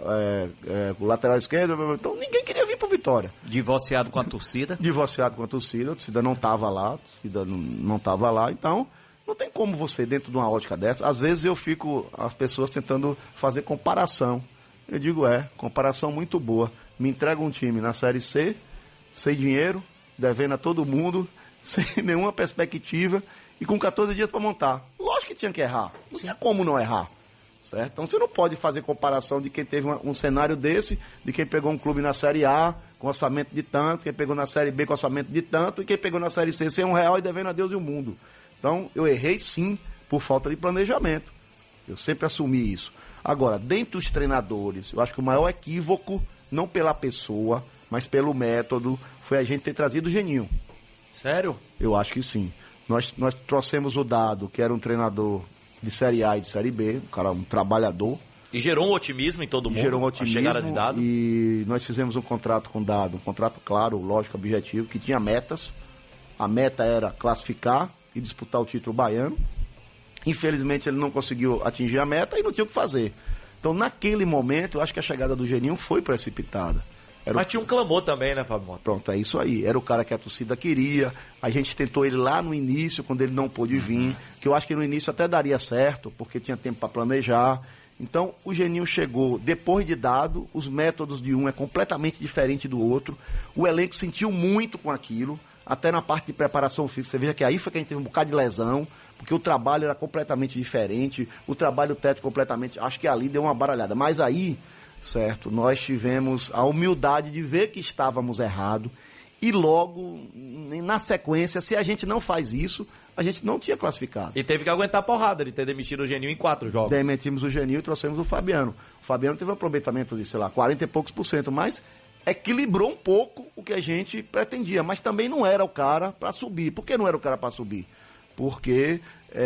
o lateral esquerdo, então ninguém queria vir pro Vitória. Divorciado com a torcida? Divorciado com a torcida não estava lá, não estava lá, então... Não tem como você, dentro de uma ótica dessa, às vezes eu fico, as pessoas tentando fazer comparação. Eu digo, comparação muito boa. Me entrega um time na Série C, sem dinheiro, devendo a todo mundo, sem nenhuma perspectiva e com 14 dias para montar. Lógico que tinha que errar. Não tinha como não errar. Certo? Então você não pode fazer comparação de quem teve um cenário desse, de quem pegou um clube na Série A com orçamento de tanto, quem pegou na Série B com orçamento de tanto e quem pegou na Série C sem R$1 e devendo a Deus e o mundo. Então, eu errei sim por falta de planejamento. Eu sempre assumi isso. Agora, dentro dos treinadores, eu acho que o maior equívoco, não pela pessoa, mas pelo método, foi a gente ter trazido o Geninho. Sério? Eu acho que sim. Nós trouxemos o Dado, que era um treinador de Série A e de Série B, um trabalhador. E gerou um otimismo em todo mundo. Gerou um otimismo. A chegada de Dado. E nós fizemos um contrato com o Dado, um contrato claro, lógico, objetivo, que tinha metas. A meta era classificar e disputar o título baiano. Infelizmente ele não conseguiu atingir a meta e não tinha o que fazer. Então naquele momento eu acho que a chegada do Geninho foi precipitada. Mas tinha um clamor também, né, Fábio Mota? Pronto, é isso aí. Era o cara que a torcida queria. A gente tentou ele lá no início, quando ele não pôde vir, que eu acho que no início até daria certo, porque tinha tempo para planejar. Então o Geninho chegou depois de Dado, os métodos de um é completamente diferente do outro. O elenco sentiu muito com aquilo. Até na parte de preparação física, você veja que aí foi que a gente teve um bocado de lesão, porque o trabalho era completamente diferente, o trabalho técnico completamente, acho que ali deu uma baralhada. Mas aí, certo, nós tivemos a humildade de ver que estávamos errados e logo, na sequência, se a gente não faz isso, a gente não tinha classificado. E teve que aguentar a porrada de ter demitido o Geninho em 4 jogos. Demitimos o Geninho e trouxemos o Fabiano. O Fabiano teve um aproveitamento de, 40 e poucos %, mas equilibrou um pouco o que a gente pretendia, mas também não era o cara para subir. Por que não era o cara para subir? Porque,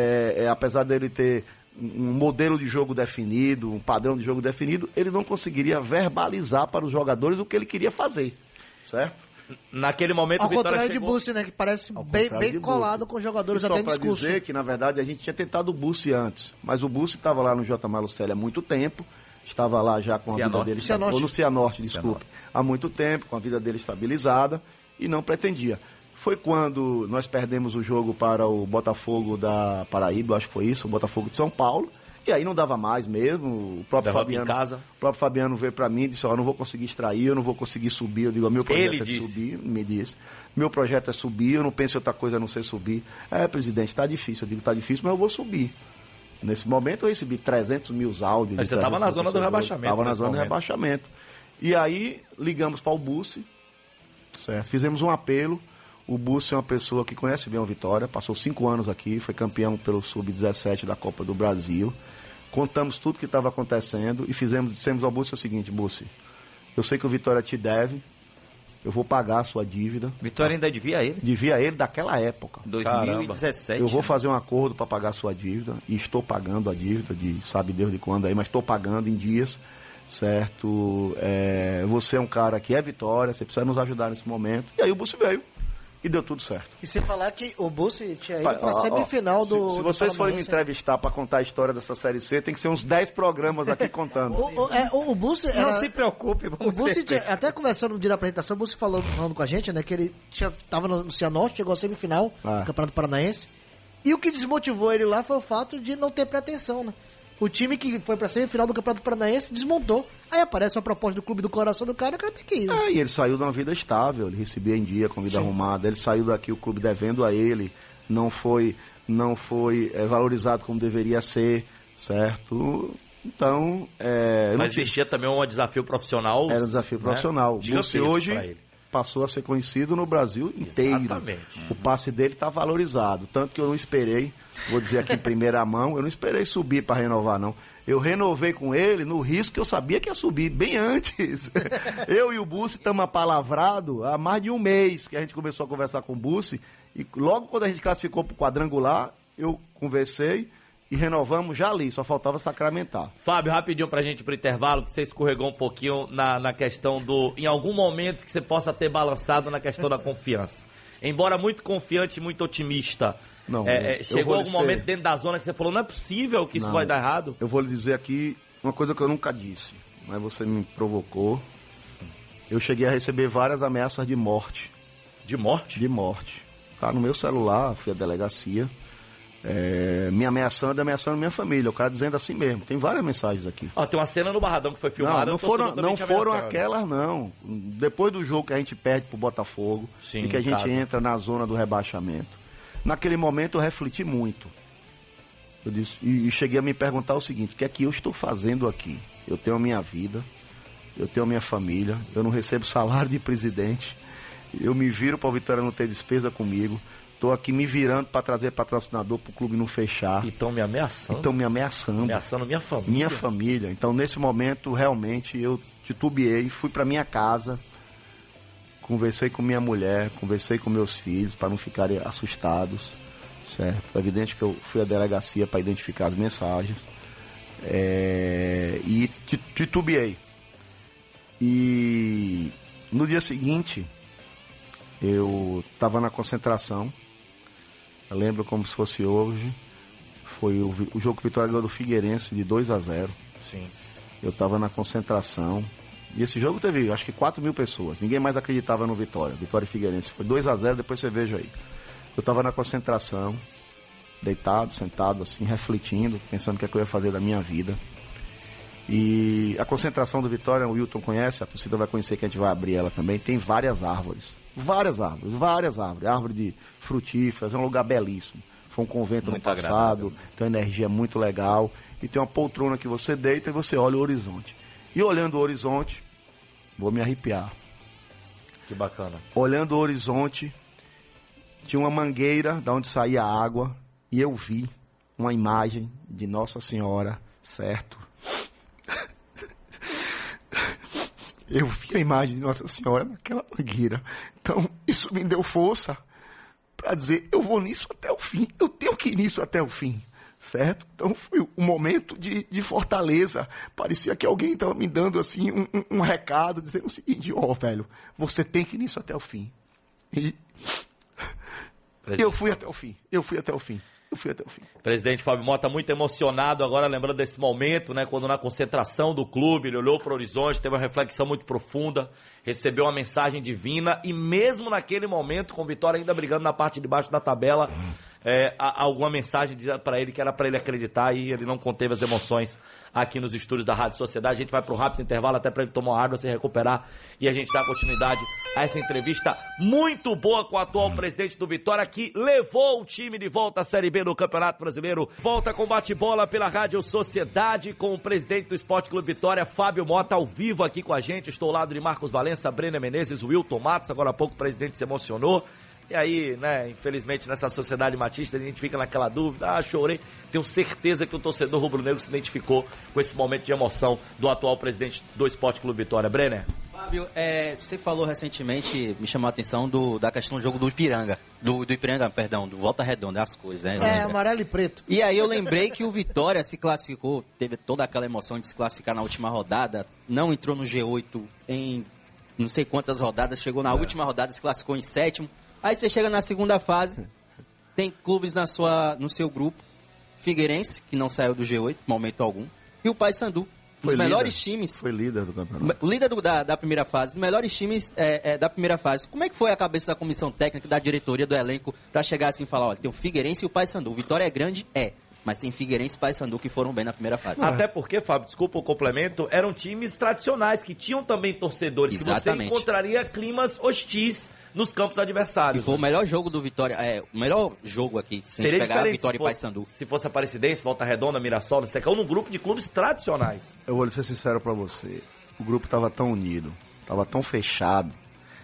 apesar dele ter um modelo de jogo definido, um padrão de jogo definido, ele não conseguiria verbalizar para os jogadores o que ele queria fazer, certo? Naquele momento ao o Vitória contrário chegou... de Bussi, né, que parece bem colado com os jogadores até em discurso. Só para dizer que, na verdade, a gente tinha tentado o Bussi antes, mas o Bussi estava lá no J. Malucelli há muito tempo, estava lá já com a vida dele... Ou no Cianorte, desculpa. Há muito tempo, com a vida dele estabilizada. e não pretendia. Foi quando nós perdemos o jogo para o Botafogo da Paraíba, acho que foi isso, o Botafogo de São Paulo, e aí não dava mais mesmo. O próprio Fabiano veio para mim e disse, eu não vou conseguir extrair, eu não vou conseguir subir. Eu digo, meu projeto subir, me disse. Meu projeto é subir, eu não penso em outra coisa a não ser subir. Presidente, tá difícil. Eu digo, tá difícil, mas eu vou subir. Nesse momento eu recebi 300 mil áudios. Mas você estava na zona do rebaixamento. Estava na zona do rebaixamento. E aí ligamos para o Bussi, certo? Fizemos um apelo. O Bussi é uma pessoa que conhece bem o Vitória, passou 5 anos aqui, foi campeão pelo Sub-17 da Copa do Brasil. Contamos tudo que estava acontecendo e dissemos ao Bussi o seguinte, Bussi, eu sei que o Vitória te deve, eu vou pagar a sua dívida. Vitória ainda devia a ele? Devia a ele daquela época. 2017. Eu vou fazer um acordo para pagar a sua dívida, e estou pagando a dívida, sabe Deus de quando aí, mas estou pagando em dias, certo? Você é um cara que é Vitória, você precisa nos ajudar nesse momento. E aí o Bussi veio. E deu tudo certo. E sem falar que o Bussi tinha ido pra semifinal do... Se vocês forem me entrevistar para contar a história dessa Série C, tem que ser uns 10 programas aqui contando. O Bussi... Não se preocupe, o Bussi até conversando no dia da apresentação, o Bussi falando com a gente, né, que ele estava no Cianorte, chegou à semifinal do Campeonato Paranaense, e o que desmotivou ele lá foi o fato de não ter pretensão, né? O time que foi pra semifinal do Campeonato Paranaense desmontou. Aí aparece uma proposta do Clube do Coração do cara, o cara tem que ir. E ele saiu de uma vida estável, ele recebia em dia, com vida arrumada. Ele saiu daqui, o clube devendo a ele, não foi valorizado como deveria ser, certo? Então... Mas existia também um desafio profissional. Era um desafio profissional. O Bussi hoje passou a ser conhecido no Brasil inteiro. Exatamente. O passe dele está valorizado. Tanto que eu não esperei, vou dizer aqui em primeira mão, eu não esperei subir para renovar, não. Eu renovei com ele no risco que eu sabia que ia subir, bem antes. Eu e o Bussi estamos apalavrados há mais de um mês que a gente começou a conversar com o Bussi. E logo quando a gente classificou para o quadrangular, eu conversei e renovamos já ali, só faltava sacramentar. Fábio, rapidinho pra gente ir pro intervalo, que você escorregou um pouquinho na questão em algum momento que você possa ter balançado na questão da confiança. Embora muito confiante e muito otimista, não, chegou algum momento dentro da zona que você falou, não é possível que isso vai dar errado? Eu vou lhe dizer aqui uma coisa que eu nunca disse, mas você me provocou. Eu cheguei a receber várias ameaças de morte. De morte? De morte. Tá no meu celular, fui à delegacia. Me ameaçando minha família, o cara dizendo assim mesmo. Tem várias mensagens aqui. Tem uma cena no Barradão que foi filmada. Não foram aquelas, não. Depois do jogo que a gente perde pro Botafogo, e que a gente entra na zona do rebaixamento, naquele momento eu refleti muito. Eu disse, e cheguei a me perguntar o seguinte: o que é que eu estou fazendo aqui? Eu tenho a minha vida, eu tenho a minha família, eu não recebo salário de presidente, eu me viro para o Vitória não ter despesa comigo. Estou aqui me virando para trazer patrocinador para o clube não fechar. E estão me ameaçando. Ameaçando minha família. Minha família. Então, nesse momento, realmente, eu titubeei, fui para minha casa, conversei com minha mulher, conversei com meus filhos, para não ficarem assustados, certo? É evidente que eu fui à delegacia para identificar as mensagens. E titubeei. E no dia seguinte, eu estava na concentração. Eu lembro como se fosse hoje. Foi o jogo que o Vitória ganhou do Figueirense de 2-0. Sim. Eu estava na concentração. E esse jogo teve, acho que 4 mil pessoas. Ninguém mais acreditava no Vitória. Vitória e Figueirense. Foi 2-0, depois você veja aí. Eu estava na concentração, deitado, sentado, assim, refletindo, pensando o que é que eu ia fazer da minha vida. E a concentração do Vitória, o Wilton conhece, a torcida vai conhecer que a gente vai abrir ela também. Tem várias árvores. Árvore de frutíferas, é um lugar belíssimo. Foi um convento muito no passado, agradável. Tem uma energia muito legal. E tem uma poltrona que você deita e você olha o horizonte. E olhando o horizonte, vou me arrepiar. Que bacana. Olhando o horizonte, tinha uma mangueira da onde saía a água. E eu vi uma imagem de Nossa Senhora, certo? Eu vi a imagem de Nossa Senhora naquela mangueira. Então, isso me deu força para dizer, eu vou nisso até o fim. Eu tenho que ir nisso até o fim, certo? Então, foi um momento de fortaleza. Parecia que alguém estava me dando, assim, um recado, dizendo o seguinte, velho, você tem que ir nisso até o fim. E eu fui até o fim. eu fui até o fim. Presidente Fábio Mota muito emocionado agora, lembrando desse momento, né? Quando na concentração do clube, ele olhou para o horizonte, teve uma reflexão muito profunda, recebeu uma mensagem divina e mesmo naquele momento, com o Vitória ainda brigando na parte de baixo da tabela, alguma mensagem para ele que era para ele acreditar e ele não conteve as emoções aqui nos estúdios da Rádio Sociedade. A gente vai para um rápido intervalo até para ele tomar uma água, se recuperar e a gente dá continuidade a essa entrevista muito boa com o atual presidente do Vitória que levou o time de volta à Série B do Campeonato Brasileiro. Volta com bate-bola pela Rádio Sociedade com o presidente do Esporte Clube Vitória, Fábio Mota, ao vivo aqui com a gente. Estou ao lado de Marcos Valença, Brenner Menezes, Wilton Matos. Agora há pouco o presidente se emocionou. E aí, né, infelizmente nessa sociedade matista a gente fica naquela dúvida, chorei. Tenho certeza que o torcedor rubro-negro se identificou com esse momento de emoção do atual presidente do Esporte Clube Vitória. Brenner? Fábio, você falou recentemente, me chamou a atenção da questão do jogo do Ipiranga. Do Volta Redonda, as coisas, né? Amarelo e preto. E aí eu lembrei que o Vitória se classificou, teve toda aquela emoção de se classificar na última rodada, não entrou no G8 em não sei quantas rodadas, chegou na última rodada, se classificou em sétimo. Aí você chega na segunda fase, tem clubes no seu grupo, Figueirense, que não saiu do G8, momento algum, e o Paysandu. Os melhores times... Foi líder do campeonato. Líder da primeira fase, os melhores times da primeira fase. Como é que foi a cabeça da comissão técnica, da diretoria, do elenco, para chegar assim e falar, olha, tem o Figueirense e o Paysandu. Vitória é grande? Mas tem Figueirense e Paysandu que foram bem na primeira fase. Até porque, Fábio, desculpa o complemento, eram times tradicionais, que tinham também torcedores, Exatamente. Que você encontraria climas hostis nos campos adversários. E foi o melhor jogo do Vitória, o melhor jogo aqui, se a gente pegar Vitória e Paysandu. Se fosse Aparecidense, Volta Redonda, Mirassol, você caiu num grupo de clubes tradicionais. Eu vou ser sincero pra você, o grupo tava tão unido, tava tão fechado,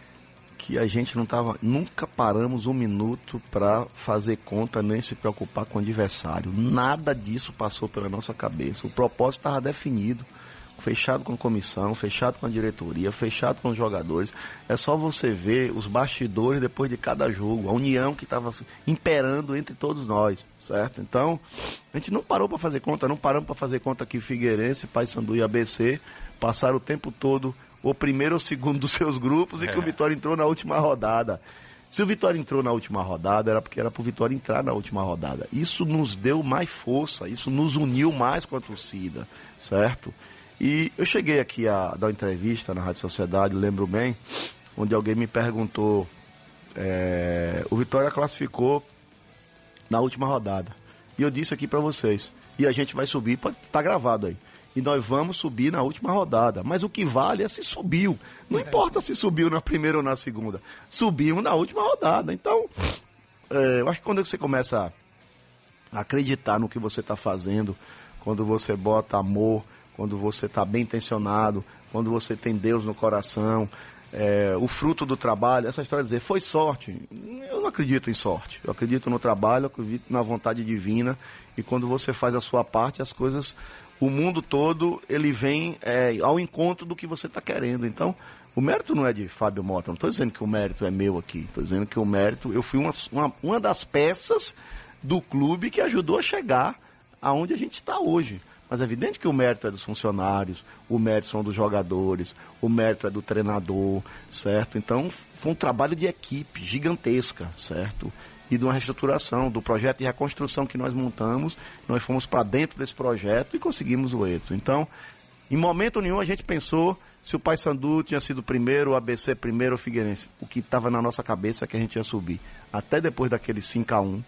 que a gente nunca paramos um minuto pra fazer conta, nem se preocupar com o adversário. Nada disso passou pela nossa cabeça, o propósito estava definido. Fechado com a comissão, fechado com a diretoria, fechado com os jogadores. É só você ver os bastidores depois de cada jogo, a união que estava imperando entre todos nós, certo? Então, a gente não parou para fazer conta, não paramos para fazer conta que Figueirense, Paysandu e ABC passaram o tempo todo o primeiro ou segundo dos seus grupos e que o Vitória entrou na última rodada. Se o Vitória entrou na última rodada, era porque era para o Vitória entrar na última rodada. Isso nos deu mais força, isso nos uniu mais com a torcida, certo? E eu cheguei aqui a dar uma entrevista na Rádio Sociedade, lembro bem, onde alguém me perguntou, o Vitória classificou na última rodada. E eu disse aqui para vocês, e a gente vai subir, tá gravado aí, e nós vamos subir na última rodada. Mas o que vale é se subiu. Não importa se subiu na primeira ou na segunda, subimos na última rodada. Então, eu acho que quando você começa a acreditar no que você está fazendo, quando você bota amor, quando você está bem intencionado, quando você tem Deus no coração, o fruto do trabalho, essa história de dizer, foi sorte. Eu não acredito em sorte. Eu acredito no trabalho, eu acredito na vontade divina. E quando você faz a sua parte, as coisas, o mundo todo, ele vem ao encontro do que você está querendo. Então, o mérito não é de Fábio Mota. Não estou dizendo que o mérito é meu aqui. Estou dizendo que o mérito, eu fui uma das peças do clube que ajudou a chegar aonde a gente está hoje. Mas é evidente que o mérito é dos funcionários, o mérito são dos jogadores, o mérito é do treinador, certo? Então, foi um trabalho de equipe gigantesca, certo? E de uma reestruturação, do projeto de reconstrução que nós montamos, nós fomos para dentro desse projeto e conseguimos o êxito. Então, em momento nenhum a gente pensou se o Paysandu tinha sido primeiro, o ABC primeiro ou o Figueirense. O que estava na nossa cabeça é que a gente ia subir. Até depois daquele 5-1,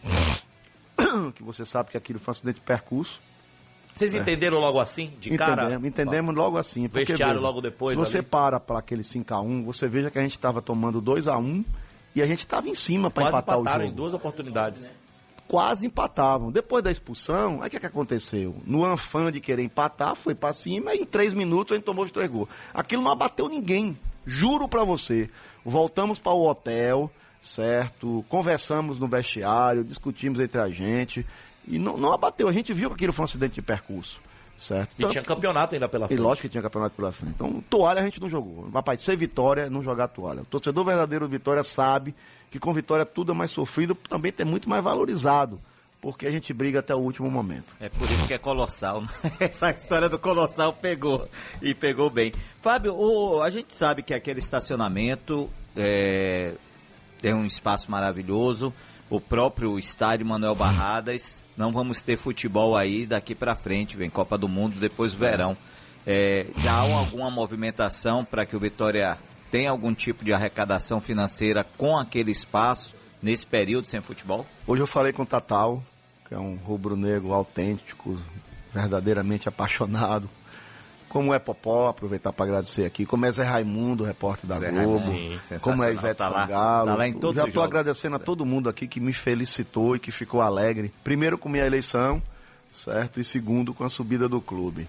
que você sabe que aquilo foi um acidente de percurso. Vocês entenderam logo assim, de cara? Entendemos logo assim. Porque, vestiário veja, logo depois. Se você para aquele 5-1, você veja que a gente estava tomando 2-1 e a gente estava em cima para empatar o jogo. Empataram em 2 oportunidades. Quase empatavam. Depois da expulsão, aí o que aconteceu? No afã de querer empatar, foi para cima e em 3 minutos a gente tomou os 3 gols. Aquilo não abateu ninguém, juro para você. Voltamos para o hotel, certo? Conversamos no vestiário, discutimos entre a gente. E não abateu, a gente viu que aquilo foi um acidente de percurso, certo? E tinha campeonato ainda pela frente. E lógico que tinha campeonato pela frente. Então, toalha a gente não jogou. Rapaz, ser Vitória é não jogar toalha. O torcedor verdadeiro do Vitória sabe que com Vitória tudo é mais sofrido, também é muito mais valorizado, porque a gente briga até o último momento. É por isso que é Colossal. Essa história do Colossal pegou, e pegou bem. Fábio, a gente sabe que aquele estacionamento é um espaço maravilhoso, o próprio estádio Manuel Barradas, não vamos ter futebol aí daqui para frente, vem Copa do Mundo, depois do verão. Já há alguma movimentação para que o Vitória tenha algum tipo de arrecadação financeira com aquele espaço nesse período sem futebol? Hoje eu falei com o Tatal, que é um rubro-negro autêntico, verdadeiramente apaixonado. Como é Popó, aproveitar para agradecer aqui. Como é Zé Raimundo, repórter da Globo. Como é Ivete Sangalo. Tá lá em todos Já os estou jogos. agradecendo a todo mundo aqui que me felicitou e que ficou alegre. Primeiro com minha eleição, certo? E segundo com a subida do clube.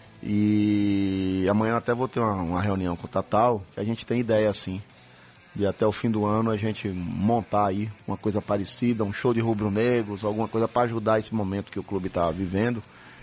E amanhã até vou ter uma reunião com o Tatal, que a gente tem ideia assim, de até o fim do ano a gente montar aí uma coisa parecida, um show de rubro-negros, alguma coisa para ajudar esse momento que o clube está vivendo.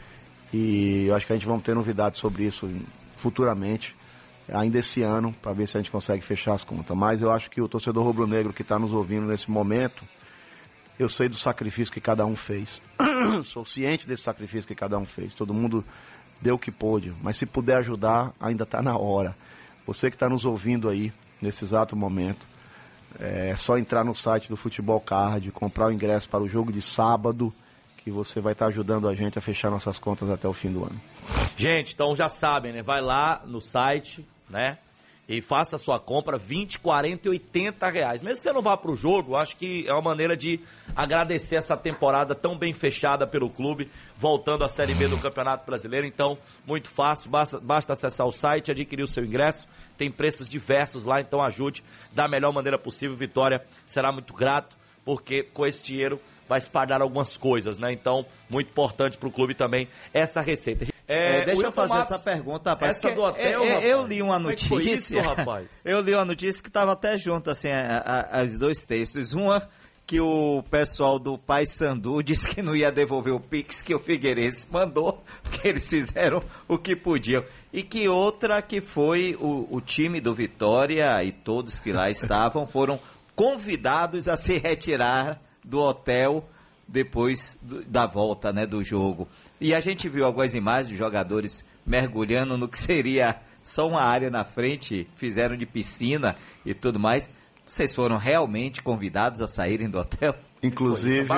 E eu acho que a gente vai ter novidades sobre isso futuramente, ainda esse ano, para ver se a gente consegue fechar as contas. Mas eu acho que o torcedor rubro-negro que está nos ouvindo nesse momento, eu sei do sacrifício que cada um fez. Sou ciente desse sacrifício que cada um fez. Todo mundo deu o que pôde, mas se puder ajudar, ainda está na hora. Você que está nos ouvindo aí, nesse exato momento, é só entrar no site do Futebol Card, comprar o ingresso para o jogo de sábado, que você vai estar ajudando a gente a fechar nossas contas até o fim do ano. Gente, então já sabem, né? Vai lá no site, né? E faça a sua compra, 20, 40 e 80 reais. Mesmo que você não vá para o jogo, acho que é uma maneira de agradecer essa temporada tão bem fechada pelo clube, voltando à Série B do Campeonato Brasileiro. Então, muito fácil, basta acessar o site, adquirir o seu ingresso. Tem preços diversos lá, então ajude da melhor maneira possível. Vitória será muito grato, porque com esse dinheiro vai espalhar algumas coisas, né? Então, muito importante para o clube também essa receita. Deixa eu fazer essa pergunta, rapaz. Essa do hotel, rapaz. Eu li uma Como é que foi notícia, isso, rapaz? Eu li uma notícia que estava até junto, assim, os dois textos. Uma que o pessoal do Paysandu disse que não ia devolver o Pix que o Figueirense mandou, porque eles fizeram o que podiam. E que outra que foi o time do Vitória e todos que lá estavam foram convidados a se retirar do hotel depois da volta, né, do jogo. E a gente viu algumas imagens de jogadores mergulhando no que seria só uma área na frente, fizeram de piscina e tudo mais. Vocês foram realmente convidados a saírem do hotel? Inclusive,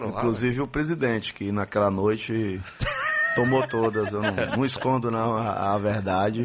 o presidente, que naquela noite tomou todas. Eu não escondo não a verdade.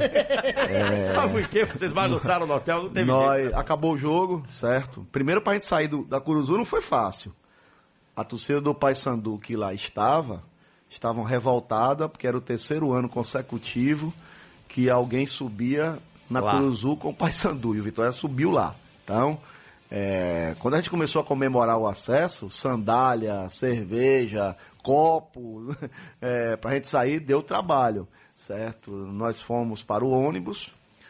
Por que vocês bagunçaram no hotel? Não teve jeito. Acabou o jogo, certo? Primeiro, pra gente sair da Curuzu não foi fácil. A torcida do Paysandu que lá estavam revoltada, porque era o terceiro ano consecutivo que alguém subia na Curuzu com o Paysandu, e o Vitória subiu lá. Então, quando a gente começou a comemorar o acesso, sandália, cerveja, copo, pra gente sair, deu trabalho, certo? Nós fomos para o ônibus,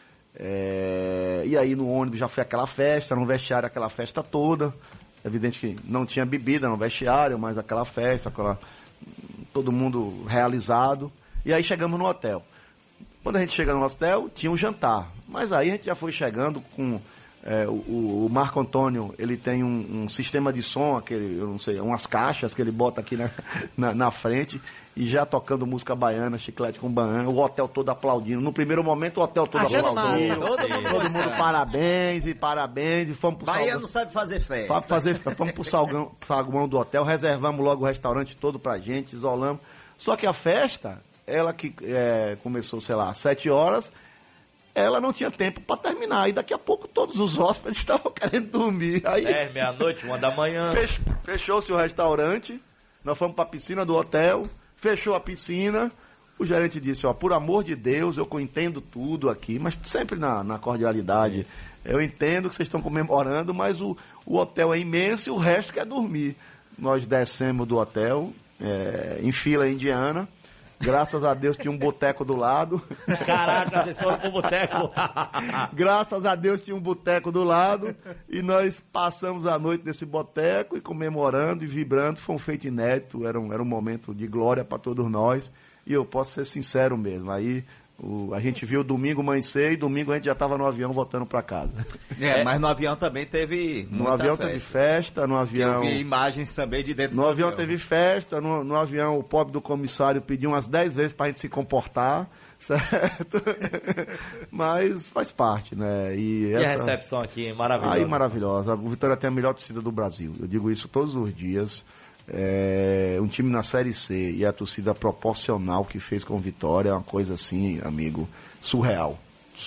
e aí no ônibus já foi aquela festa, no vestiário aquela festa toda. Evidente que não tinha bebida no vestiário, mas aquela festa, todo mundo realizado. E aí chegamos no hotel. Quando a gente chega no hotel, tinha um jantar. Mas aí a gente já foi chegando com... o Marco Antônio, ele tem um sistema de som, eu não sei, umas caixas que ele bota aqui na frente, e já tocando música baiana, chiclete com banana, o hotel todo aplaudindo. No primeiro momento, o hotel todo aplaudindo. Todo mundo parabéns, e fomos pro Bahia não sabe fazer festa. Fomos pro saguão do hotel, reservamos logo o restaurante todo pra gente, isolamos. Só que a festa, ela que começou, sei lá, às 7 horas, ela não tinha tempo para terminar. E daqui a pouco todos os hóspedes estavam querendo dormir. Aí, meia-noite, 1 da manhã. Fechou-se o restaurante, nós fomos para a piscina do hotel, fechou a piscina. O gerente disse, por amor de Deus, eu entendo tudo aqui, mas sempre na cordialidade. Isso. Eu entendo que vocês estão comemorando, mas o hotel é imenso e o resto quer dormir. Nós descemos do hotel, em fila indiana. Graças a Deus tinha um boteco do lado. Caraca, vocês foram pro boteco. Graças a Deus tinha um boteco do lado. E nós passamos a noite nesse boteco e comemorando e vibrando. Foi um feito inédito, era um momento de glória para todos nós. E eu posso ser sincero mesmo. Aí a gente viu domingo amanhecer e domingo a gente já estava no avião voltando para casa. Mas no avião também teve muita avião festa. Teve festa, no avião... Eu vi imagens também de dentro do avião. Teve festa, no avião o pobre do comissário pediu umas 10 vezes para a gente se comportar, certo? Mas faz parte, né? E a recepção aqui, maravilhosa. Aí, maravilhosa. A Vitória tem a melhor torcida do Brasil. Eu digo isso todos os dias. Um time na Série C e a torcida proporcional que fez com Vitória é uma coisa assim, amigo, surreal.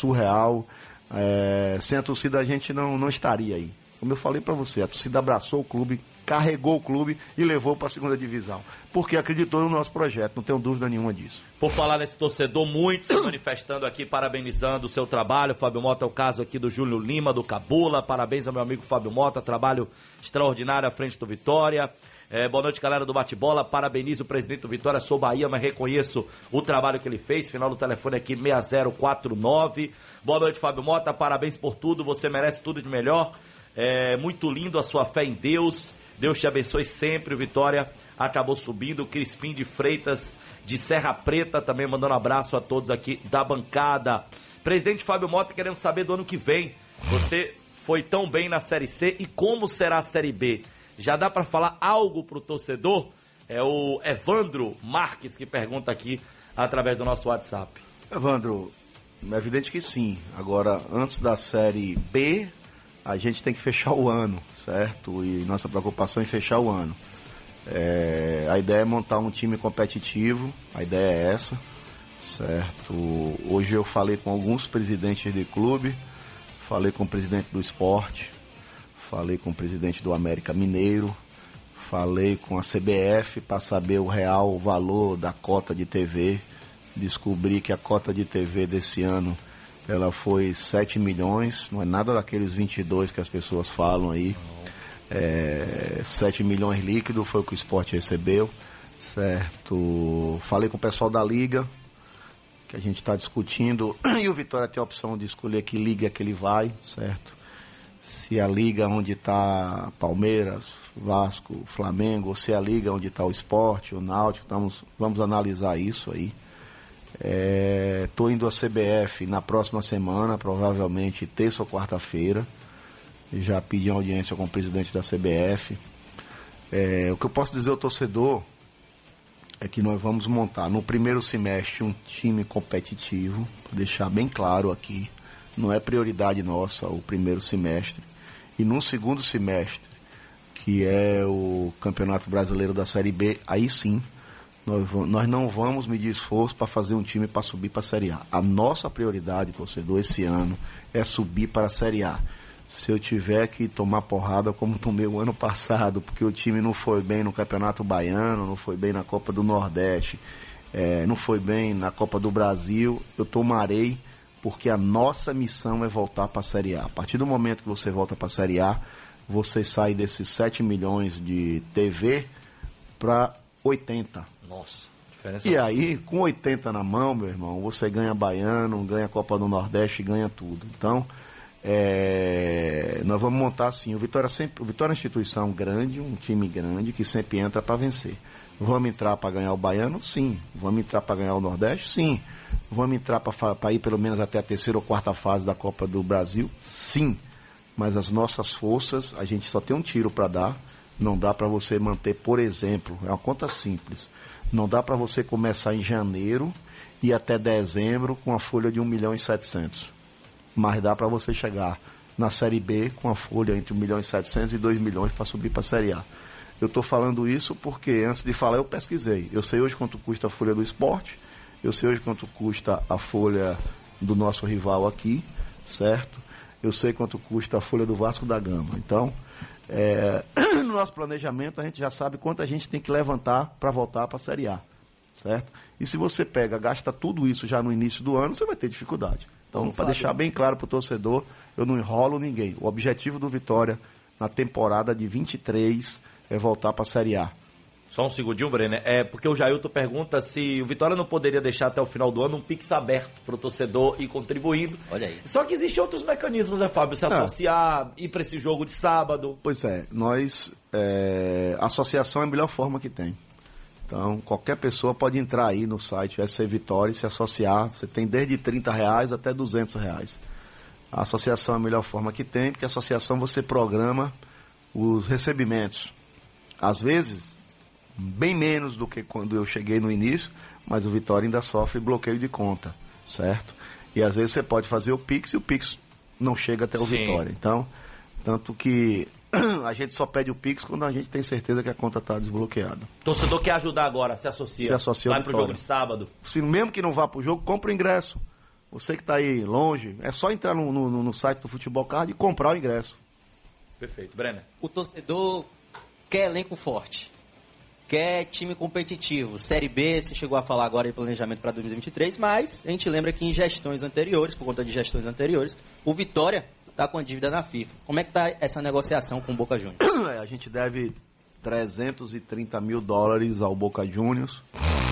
Sem a torcida a gente não estaria aí. Como eu falei pra você, a torcida abraçou o clube, carregou o clube e levou para a segunda divisão. Porque acreditou no nosso projeto, não tenho dúvida nenhuma disso. Por falar nesse torcedor, muito se manifestando aqui, parabenizando o seu trabalho. Fábio Mota, é o caso aqui do Júlio Lima, do Cabula. Parabéns ao meu amigo Fábio Mota, trabalho extraordinário à frente do Vitória. Boa noite, galera do Bate-Bola. Parabenizo o presidente do Vitória. Sou Bahia, mas reconheço o trabalho que ele fez. Final do telefone aqui, 6049. Boa noite, Fábio Mota. Parabéns por tudo. Você merece tudo de melhor. Muito lindo a sua fé em Deus. Deus te abençoe sempre. O Vitória acabou subindo. Crispim de Freitas, de Serra Preta, também mandando um abraço a todos aqui da bancada. Presidente Fábio Mota, queremos saber do ano que vem. Você foi tão bem na Série C e como será a Série B? Já dá para falar algo pro torcedor? É o Evandro Marques que pergunta aqui através do nosso WhatsApp. Evandro, é evidente que sim. Agora, antes da Série B, a gente tem que fechar o ano, certo? E nossa preocupação é fechar o ano. A ideia é montar um time competitivo, a ideia é essa, certo? Hoje eu falei com alguns presidentes de clube, falei com o presidente do Sport, falei com o presidente do América Mineiro, falei com a CBF para saber o real valor da cota de TV. Descobri que a cota de TV desse ano ela foi 7 milhões, não é nada daqueles 22 que as pessoas falam aí. 7 milhões líquido foi o que o Sport recebeu, certo? Falei com o pessoal da Liga, que a gente está discutindo, e o Vitória tem a opção de escolher que liga é que ele vai, certo? Se a liga onde está Palmeiras, Vasco, Flamengo, ou se a liga onde está o Sport, o Náutico, vamos analisar isso aí. Estou indo à CBF na próxima semana, provavelmente terça ou quarta-feira. Já pedi uma audiência com o presidente da CBF. O que eu posso dizer ao torcedor é que nós vamos montar no primeiro semestre um time competitivo, para deixar bem claro aqui. Não é prioridade nossa o primeiro semestre. E no segundo semestre, que é o Campeonato Brasileiro da Série B, aí sim, nós não vamos medir esforço para fazer um time para subir para a Série A. A nossa prioridade, torcedor, esse ano é subir para a Série A. Se eu tiver que tomar porrada como tomei o ano passado, porque o time não foi bem no Campeonato Baiano, não foi bem na Copa do Nordeste, não foi bem na Copa do Brasil, eu tomarei, porque a nossa missão é voltar para a Série A. A partir do momento que você volta para a Série A, você sai desses 7 milhões de TV para 80. Nossa, diferença. E aí, com 80 na mão, meu irmão, você ganha Baiano, ganha Copa do Nordeste, ganha tudo. Então, nós vamos montar assim. O Vitória é uma instituição grande, um time grande que sempre entra para vencer. Vamos entrar para ganhar o Baiano? Sim. Vamos entrar para ganhar o Nordeste? Sim. Vamos entrar para ir pelo menos até a terceira ou quarta fase da Copa do Brasil? Sim. Mas as nossas forças, a gente só tem um tiro para dar. Não dá para você manter, por exemplo, é uma conta simples. Não dá para você começar em janeiro e até dezembro com a folha de 1.700.000. Mas dá para você chegar na Série B com a folha entre 1.700.000 e 2 milhões para subir para a Série A. Eu estou falando isso porque, antes de falar, eu pesquisei. Eu sei hoje quanto custa a folha do Sport, eu sei hoje quanto custa a folha do nosso rival aqui, certo? Eu sei quanto custa a folha do Vasco da Gama. Então, no nosso planejamento, a gente já sabe quanto a gente tem que levantar para voltar para a Série A, certo? E se você gasta tudo isso já no início do ano, você vai ter dificuldade. Então, para deixar bem claro para o torcedor, eu não enrolo ninguém. O objetivo do Vitória na temporada de 23 é voltar para a Série A. Só um segundinho, Brenner. Porque o Jailton pergunta se o Vitória não poderia deixar até o final do ano um Pix aberto para o torcedor ir contribuindo. Olha aí. Só que existem outros mecanismos, né, Fábio? Se associar, ir para esse jogo de sábado. Pois é, a associação é a melhor forma que tem. Então, qualquer pessoa pode entrar aí no site SC Vitória e se associar. Você tem desde R$30 até R$200. A associação é a melhor forma que tem, porque a associação você programa os recebimentos. Às vezes, bem menos do que quando eu cheguei no início, mas o Vitória ainda sofre bloqueio de conta, certo? E às vezes você pode fazer o Pix e o Pix não chega até o Vitória. Então, tanto que a gente só pede o Pix quando a gente tem certeza que a conta está desbloqueada. Torcedor quer ajudar agora, se associa. Se associa ao Vai pro Vitória. jogo de sábado. Se mesmo que não vá pro jogo, compra o ingresso. Você que está aí longe, é só entrar no site do Futebol Card e comprar o ingresso. Perfeito. Brenner. O torcedor quer elenco forte, quer time competitivo. Série B, você chegou a falar agora em planejamento para 2023, mas a gente lembra que em gestões anteriores, por conta de gestões anteriores, o Vitória está com a dívida na FIFA. Como é que está essa negociação com o Boca Juniors? A gente deve $330 mil ao Boca Juniors.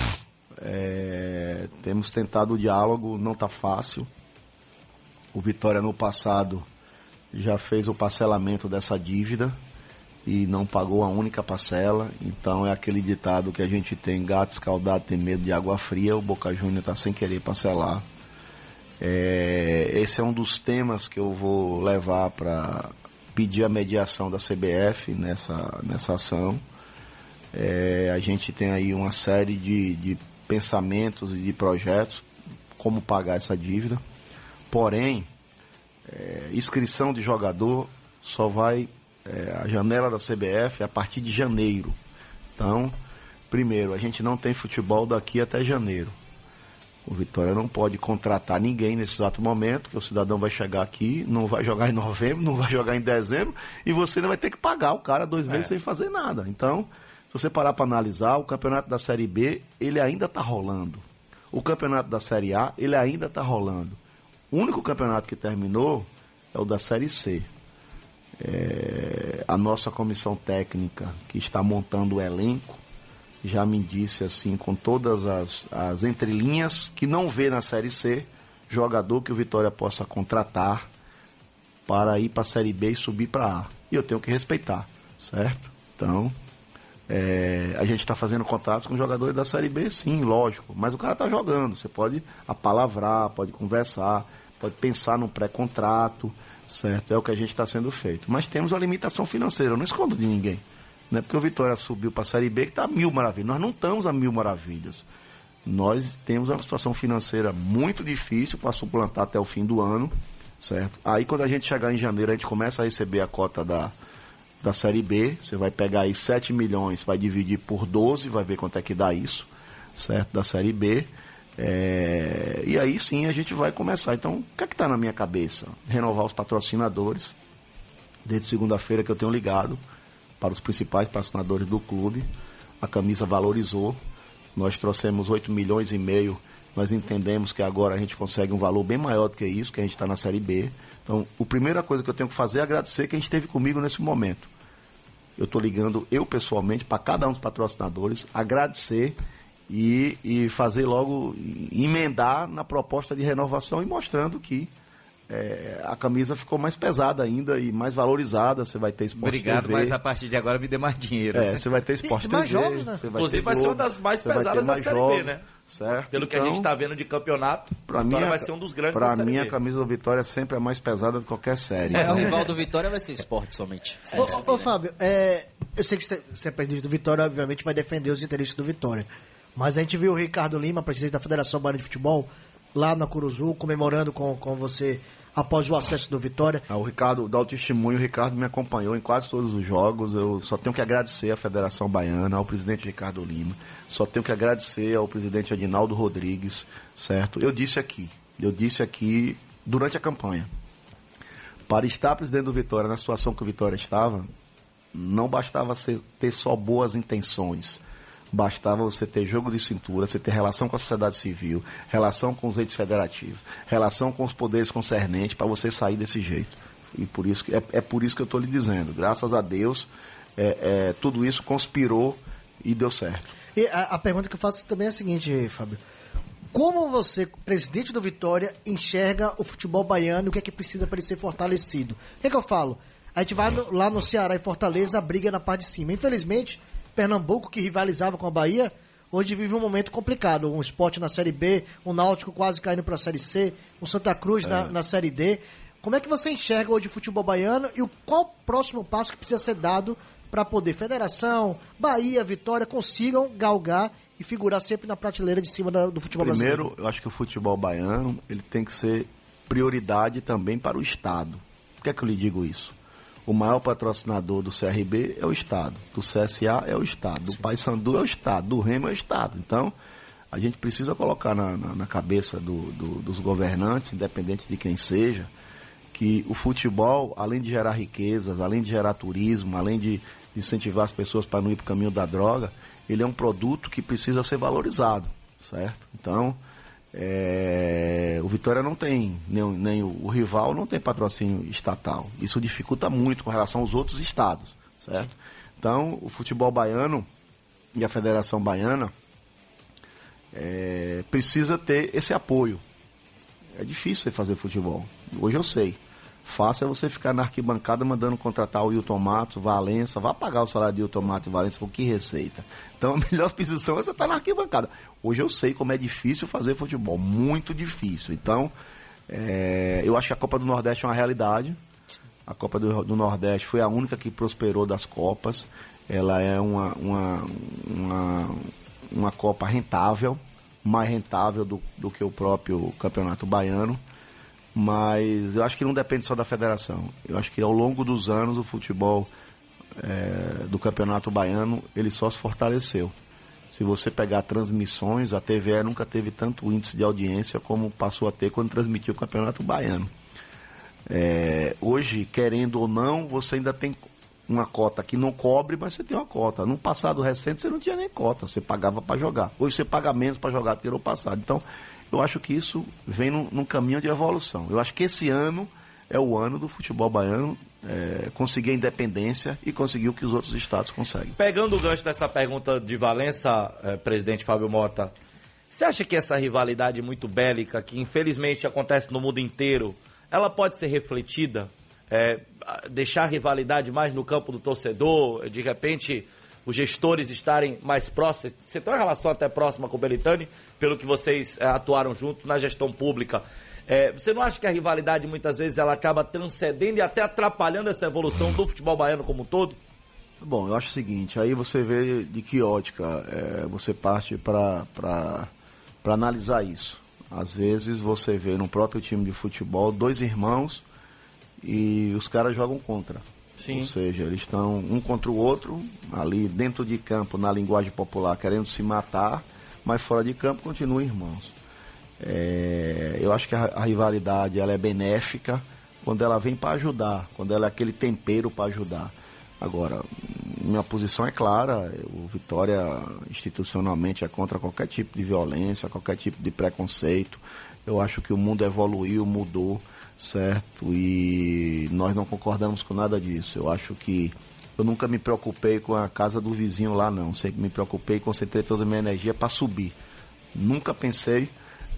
Temos tentado o diálogo, não está fácil. O Vitória no passado já fez o parcelamento dessa dívida e não pagou a única parcela. Então é aquele ditado que a gente tem: gato escaldado tem medo de água fria. O Boca Juniors está sem querer parcelar. Esse é um dos temas que eu vou levar para pedir a mediação da CBF nessa ação. A gente tem aí uma série de pensamentos e de projetos como pagar essa dívida. Porém, inscrição de jogador só vai a janela da CBF a partir de janeiro. Então, primeiro, a gente não tem futebol daqui até janeiro. O Vitória não pode contratar ninguém nesse exato momento, que o cidadão vai chegar aqui, não vai jogar em novembro, não vai jogar em dezembro, e você ainda vai ter que pagar o cara 2 meses sem fazer nada. Então, se você parar para analisar, o campeonato da Série B, ele ainda está rolando. O campeonato da Série A, ele ainda está rolando. O único campeonato que terminou é o da Série C. A nossa comissão técnica, que está montando o elenco, já me disse assim, com todas as entrelinhas, que não vê na Série C jogador que o Vitória possa contratar para ir para a Série B e subir para A. E eu tenho que respeitar, certo? Então, a gente está fazendo contratos com jogadores da Série B, sim, lógico. Mas o cara está jogando, você pode apalavrar, pode conversar, pode pensar num pré-contrato, certo? É o que a gente está sendo feito. Mas temos a limitação financeira, eu não escondo de ninguém. Não é porque o Vitória subiu para a Série B que está a 1000 maravilhas. Nós não estamos a 1000 maravilhas. Nós temos uma situação financeira muito difícil para suplantar até o fim do ano, certo? Aí quando a gente chegar em janeiro, a gente começa a receber a cota da Série B. Você vai pegar aí 7 milhões, vai dividir por 12, vai ver quanto é que dá isso, certo? Da Série B. E aí sim a gente vai começar. Então, o que é que está na minha cabeça? Renovar os patrocinadores. Desde segunda-feira que eu tenho ligado para os principais patrocinadores do clube. A camisa valorizou. Nós trouxemos 8,5 milhões. Nós entendemos que agora a gente consegue um valor bem maior do que isso, que a gente está na Série B. Então, a primeira coisa que eu tenho que fazer é agradecer quem esteve comigo nesse momento. Eu estou ligando eu pessoalmente para cada um dos patrocinadores, agradecer e fazer logo, emendar na proposta de renovação e mostrando que a camisa ficou mais pesada ainda e mais valorizada. Você vai ter Sport Obrigado, TV. mas a partir de agora me dê mais dinheiro. Você vai ter Sport E TV. mais jogos, né? Inclusive vai ser uma das mais pesadas da Série B, né? Certo? Pelo que a gente está vendo de campeonato, Pra Vitória mim, vai ser um dos grandes da Para Série mim, B. a camisa do Vitória é sempre a mais pesada de qualquer série. O rival do Vitória vai ser o Sport somente. Ô, Fábio, eu sei que você é presidente do Vitória, obviamente vai defender os interesses do Vitória. Mas a gente viu o Ricardo Lima, presidente da Federação Baiana de Futebol, lá na Curuzu, comemorando com você após o acesso do Vitória. O Ricardo, dá o testemunho, o Ricardo me acompanhou em quase todos os jogos. Eu só tenho que agradecer à Federação Baiana, ao presidente Ricardo Lima. Só tenho que agradecer ao presidente Adinaldo Rodrigues, certo? Eu disse aqui durante a campanha. Para estar presidente do Vitória na situação que o Vitória estava, não bastava ter só boas intenções. Bastava você ter jogo de cintura, você ter relação com a sociedade civil, relação com os entes federativos, relação com os poderes concernentes para você sair desse jeito. E por isso, por isso que eu estou lhe dizendo. Graças a Deus, tudo isso conspirou e deu certo. E a pergunta que eu faço também é a seguinte, Fábio. Como você, presidente do Vitória, enxerga o futebol baiano e o que é que precisa para ele ser fortalecido? O que é que eu falo? A gente vai lá no Ceará e Fortaleza, a briga na parte de cima. Infelizmente, Pernambuco, que rivalizava com a Bahia, hoje vive um momento complicado. Um Sport na Série B, um Náutico quase caindo para a Série C, um Santa Cruz na Série D. Como é que você enxerga hoje o futebol baiano e qual o próximo passo que precisa ser dado para poder Federação, Bahia, Vitória consigam galgar e figurar sempre na prateleira de cima do futebol brasileiro? Primeiro, eu acho que o futebol baiano ele tem que ser prioridade também para o Estado. Por que é que eu lhe digo isso? O maior patrocinador do CRB é o Estado, do CSA é o Estado, do Paysandu é o Estado, do Remo é o Estado. Então, a gente precisa colocar na cabeça dos governantes, independente de quem seja, que o futebol, além de gerar riquezas, além de gerar turismo, além de incentivar as pessoas para não ir para o caminho da droga, ele é um produto que precisa ser valorizado, certo? Então, o Vitória não tem, nem o rival não tem patrocínio estatal. Isso dificulta muito com relação aos outros estados, certo? Então, o futebol baiano e a Federação Baiana precisa ter esse apoio. É difícil você fazer futebol. Hoje eu sei. Fácil é você ficar na arquibancada mandando contratar o Wilton Matos, Valença, vá pagar o salário de Wilton Matos e Valença por que receita. Então a melhor posição é você estar na arquibancada. Hoje eu sei como é difícil fazer futebol, muito difícil. Então, eu acho que a Copa do Nordeste é uma realidade. A Copa do Nordeste foi a única que prosperou das Copas. Ela é uma Copa rentável, mais rentável do que o próprio Campeonato Baiano. Mas eu acho que não depende só da federação. Eu acho que ao longo dos anos o futebol do Campeonato Baiano ele só se fortaleceu. Se você pegar transmissões, a TVE nunca teve tanto índice de audiência como passou a ter quando transmitiu o Campeonato Baiano. Hoje, querendo ou não, você ainda tem uma cota que não cobre, mas você tem uma cota. No passado recente você não tinha nem cota, você pagava para jogar. Hoje você paga menos para jogar do que no passado. Então, eu acho que isso vem num caminho de evolução. Eu acho que esse ano é o ano do futebol baiano conseguir a independência e conseguir o que os outros estados conseguem. Pegando o gancho dessa pergunta de Valença, presidente Fábio Mota, você acha que essa rivalidade muito bélica, que infelizmente acontece no mundo inteiro, ela pode ser refletida? Deixar a rivalidade mais no campo do torcedor, de repente os gestores estarem mais próximos? Você tem uma relação até próxima com o Belitani, pelo que vocês atuaram juntos na gestão pública. Você não acha que a rivalidade muitas vezes ela acaba transcendendo e até atrapalhando essa evolução do futebol baiano como um todo? Bom, eu acho o seguinte, aí você vê de que ótica você parte para analisar isso. Às vezes você vê no próprio time de futebol 2 irmãos e os caras jogam contra. Sim. Ou seja, eles estão um contra o outro, ali dentro de campo, na linguagem popular, querendo se matar, mas fora de campo continuam irmãos. Eu acho que a rivalidade ela é benéfica quando ela vem para ajudar, quando ela é aquele tempero para ajudar. Agora, minha posição é clara, o Vitória institucionalmente é contra qualquer tipo de violência, qualquer tipo de preconceito. Eu acho que o mundo evoluiu, mudou, certo? E nós não concordamos com nada disso. Eu acho que eu nunca me preocupei com a casa do vizinho lá, não. Sempre me preocupei e concentrei toda a minha energia para subir. Nunca pensei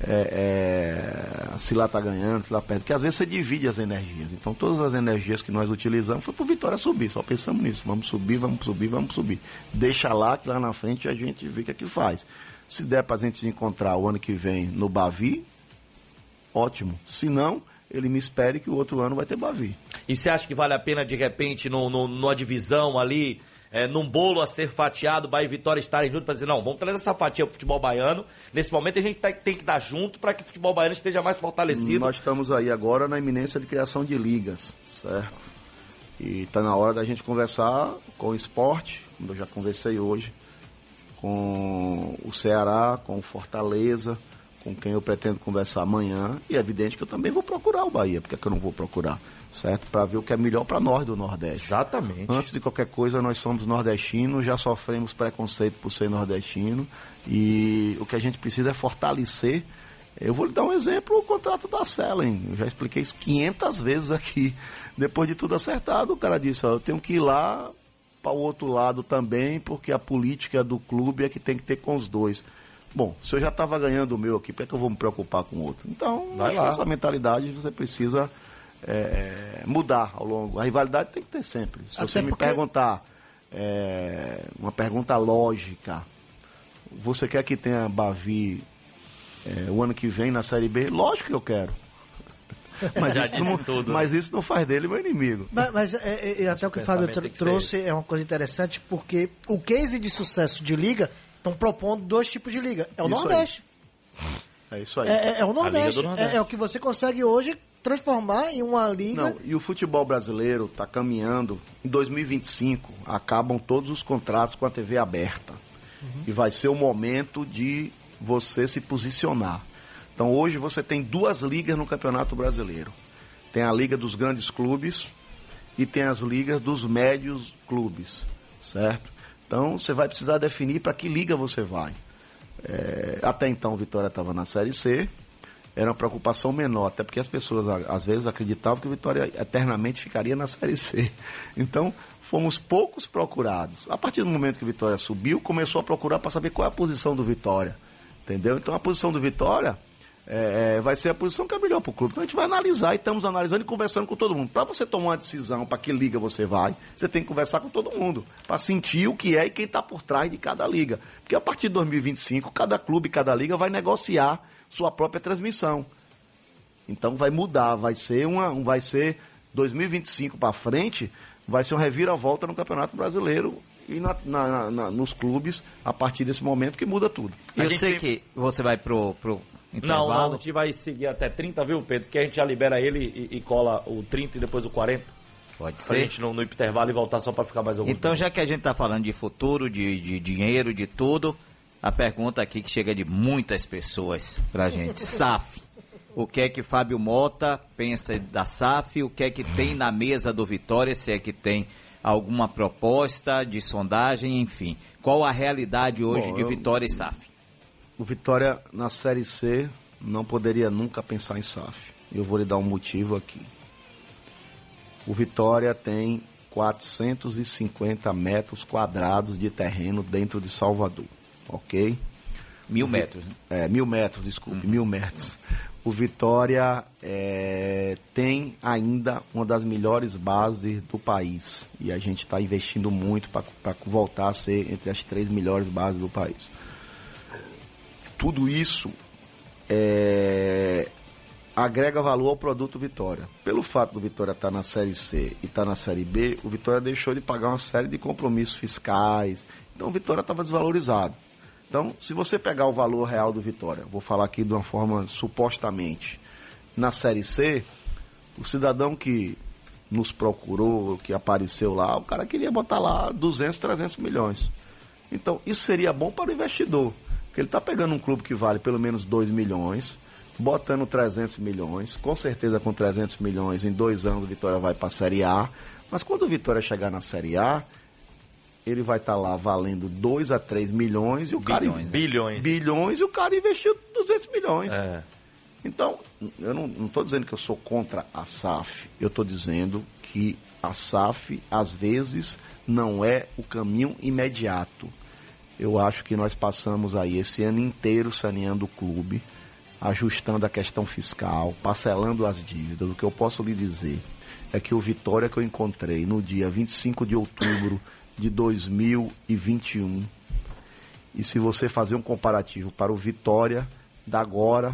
se lá tá ganhando, se lá perde. Porque às vezes você divide as energias. Então todas as energias que nós utilizamos foi pro Vitória subir. Só pensamos nisso. Vamos subir, vamos subir, vamos subir. Deixa lá, que lá na frente a gente vê o que é que faz. Se der pra gente encontrar o ano que vem no Bavi, ótimo. Se não, ele me espere que o outro ano vai ter Bavi. E você acha que vale a pena, de repente, numa divisão ali, num bolo a ser fatiado, Bahia e Vitória estarem juntos para dizer, não, vamos trazer essa fatia pro futebol baiano. Nesse momento a gente tem que dar junto para que o futebol baiano esteja mais fortalecido. Nós estamos aí agora na iminência de criação de ligas, certo? E está na hora da gente conversar com o esporte, como eu já conversei hoje, com o Ceará, com o Fortaleza, com quem eu pretendo conversar amanhã. E é evidente que eu também vou procurar o Bahia, porque é que eu não vou procurar? Certo? Para ver o que é melhor para nós do Nordeste. Exatamente. Antes de qualquer coisa, nós somos nordestinos, já sofremos preconceito por ser nordestino e o que a gente precisa é fortalecer. Eu vou lhe dar um exemplo, o contrato da Selen. Eu já expliquei isso 500 vezes aqui. Depois de tudo acertado, o cara disse, eu tenho que ir lá para o outro lado também, porque a política do clube é que tem que ter com os dois. Bom, se eu já estava ganhando o meu aqui, por que eu vou me preocupar com o outro? Então, acho que essa mentalidade você precisa mudar ao longo. A rivalidade tem que ter sempre. Se você me perguntar uma pergunta lógica, você quer que tenha Bavi o ano que vem na Série B? Lógico que eu quero. Mas isso não faz dele meu inimigo. Mas até o que o Fábio trouxe é uma coisa interessante, porque o case de sucesso de liga estão propondo 2 tipos de liga. É o Nordeste. É isso aí. É o Nordeste. É o que você consegue hoje transformar em uma liga. Não, e o futebol brasileiro está caminhando. Em 2025, acabam todos os contratos com a TV aberta. E vai ser o momento de você se posicionar. Então, hoje você tem 2 ligas no Campeonato Brasileiro. Tem a Liga dos Grandes Clubes e tem as ligas dos médios clubes, certo? Então, você vai precisar definir para que liga você vai. Até então, o Vitória estava na Série C. Era uma preocupação menor, até porque as pessoas às vezes acreditavam que o Vitória eternamente ficaria na Série C. Então, fomos poucos procurados. A partir do momento que o Vitória subiu, começou a procurar para saber qual é a posição do Vitória. Entendeu? Então, a posição do Vitória vai ser a posição que é melhor para o clube. Então, a gente vai analisar, e estamos analisando e conversando com todo mundo. Para você tomar uma decisão, para que liga você vai, você tem que conversar com todo mundo, para sentir o que é e quem está por trás de cada liga. Porque a partir de 2025, cada clube, cada liga vai negociar sua própria transmissão. Então vai mudar, vai ser 2025 para frente, vai ser uma reviravolta no Campeonato Brasileiro e nos clubes a partir desse momento que muda tudo. Eu sei que você vai pro intervalo. Não, a gente vai seguir até 30, viu, Pedro? Que a gente já libera ele e cola o 30 e depois o 40. Pode ser. Pra gente no intervalo e voltar só para ficar mais algum Então, já que a gente tá falando de futuro, de dinheiro, de tudo, a pergunta aqui que chega de muitas pessoas pra gente. SAF. O que é que Fábio Mota pensa da SAF? O que é que tem na mesa do Vitória? Se é que tem alguma proposta de sondagem, enfim. Qual a realidade hoje de Vitória e SAF? O Vitória na Série C não poderia nunca pensar em SAF. Eu vou lhe dar um motivo aqui. O Vitória tem 450 metros quadrados de terreno dentro de Salvador. Ok? 1.000 metros, né? 1.000 metros, desculpe, 1.000 metros. O Vitória tem ainda uma das melhores bases do país. E a gente está investindo muito para voltar a ser entre as 3 melhores bases do país. Tudo isso agrega valor ao produto Vitória. Pelo fato do Vitória estar na Série C e estar na Série B, o Vitória deixou de pagar uma série de compromissos fiscais. Então o Vitória estava desvalorizado. Então, se você pegar o valor real do Vitória, vou falar aqui de uma forma supostamente, na Série C, o cidadão que nos procurou, que apareceu lá, o cara queria botar lá 200, 300 milhões. Então, isso seria bom para o investidor, porque ele está pegando um clube que vale pelo menos 2 milhões, botando 300 milhões, com certeza com 300 milhões, em 2 anos o Vitória vai para a Série A, mas quando o Vitória chegar na Série A, ele vai estar lá valendo 2 a 3 milhões e o cara... Bilhões e o cara investiu 200 milhões. Então, eu não estou dizendo que eu sou contra a SAF, eu estou dizendo que a SAF, às vezes, não é o caminho imediato. Eu acho que nós passamos aí esse ano inteiro saneando o clube, ajustando a questão fiscal, parcelando as dívidas. O que eu posso lhe dizer é que o Vitória que eu encontrei no dia 25 de outubro de 2021, e se você fazer um comparativo para o Vitória da agora,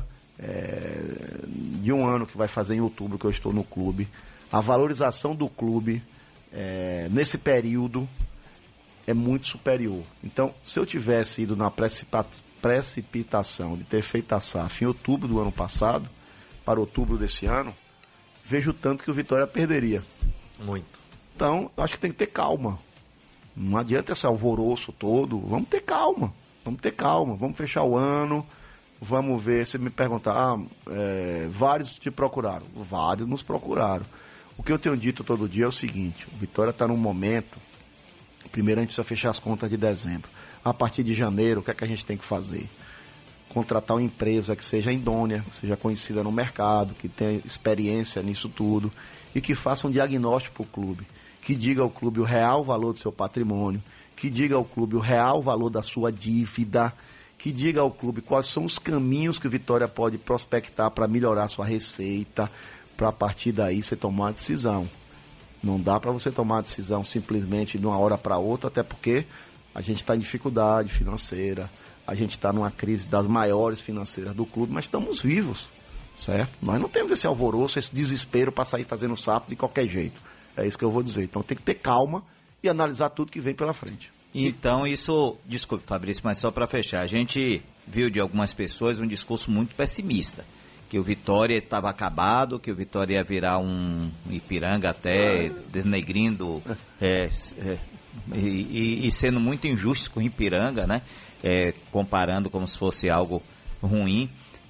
de um ano que vai fazer em outubro que eu estou no clube, a valorização do clube nesse período é muito superior. Então, se eu tivesse ido na precipitação de ter feito a SAF em outubro do ano passado para outubro desse ano, vejo tanto que o Vitória perderia. Muito. Então, eu acho que tem que ter calma. Não adianta esse alvoroço todo. Vamos ter calma. Vamos fechar o ano. Vamos ver. Se me perguntar, vários te procuraram. Vários nos procuraram. O que eu tenho dito todo dia é o seguinte: o Vitória está num momento. Primeiro a gente precisa fechar as contas de dezembro. A partir de janeiro, o que é que a gente tem que fazer? Contratar uma empresa que seja idônea, que seja conhecida no mercado, que tenha experiência nisso tudo e que faça um diagnóstico para o clube. Que diga ao clube o real valor do seu patrimônio, que diga ao clube o real valor da sua dívida, que diga ao clube quais são os caminhos que o Vitória pode prospectar para melhorar sua receita, para a partir daí você tomar uma decisão. Não dá para você tomar uma decisão simplesmente de uma hora para outra, até porque a gente está em dificuldade financeira, a gente está numa crise das maiores financeiras do clube, mas estamos vivos. certo? Nós não temos esse alvoroço, esse desespero para sair fazendo sapo de qualquer jeito. É isso que eu vou dizer. Então tem que ter calma e analisar tudo que vem pela frente. Então isso, desculpe Fabrício, mas só para fechar, a gente viu de algumas pessoas um discurso muito pessimista, que o Vitória estava acabado, que o Vitória ia virar um Ipiranga até denegrindo e sendo muito injusto com o Ipiranga, né? Comparando como se fosse algo ruim.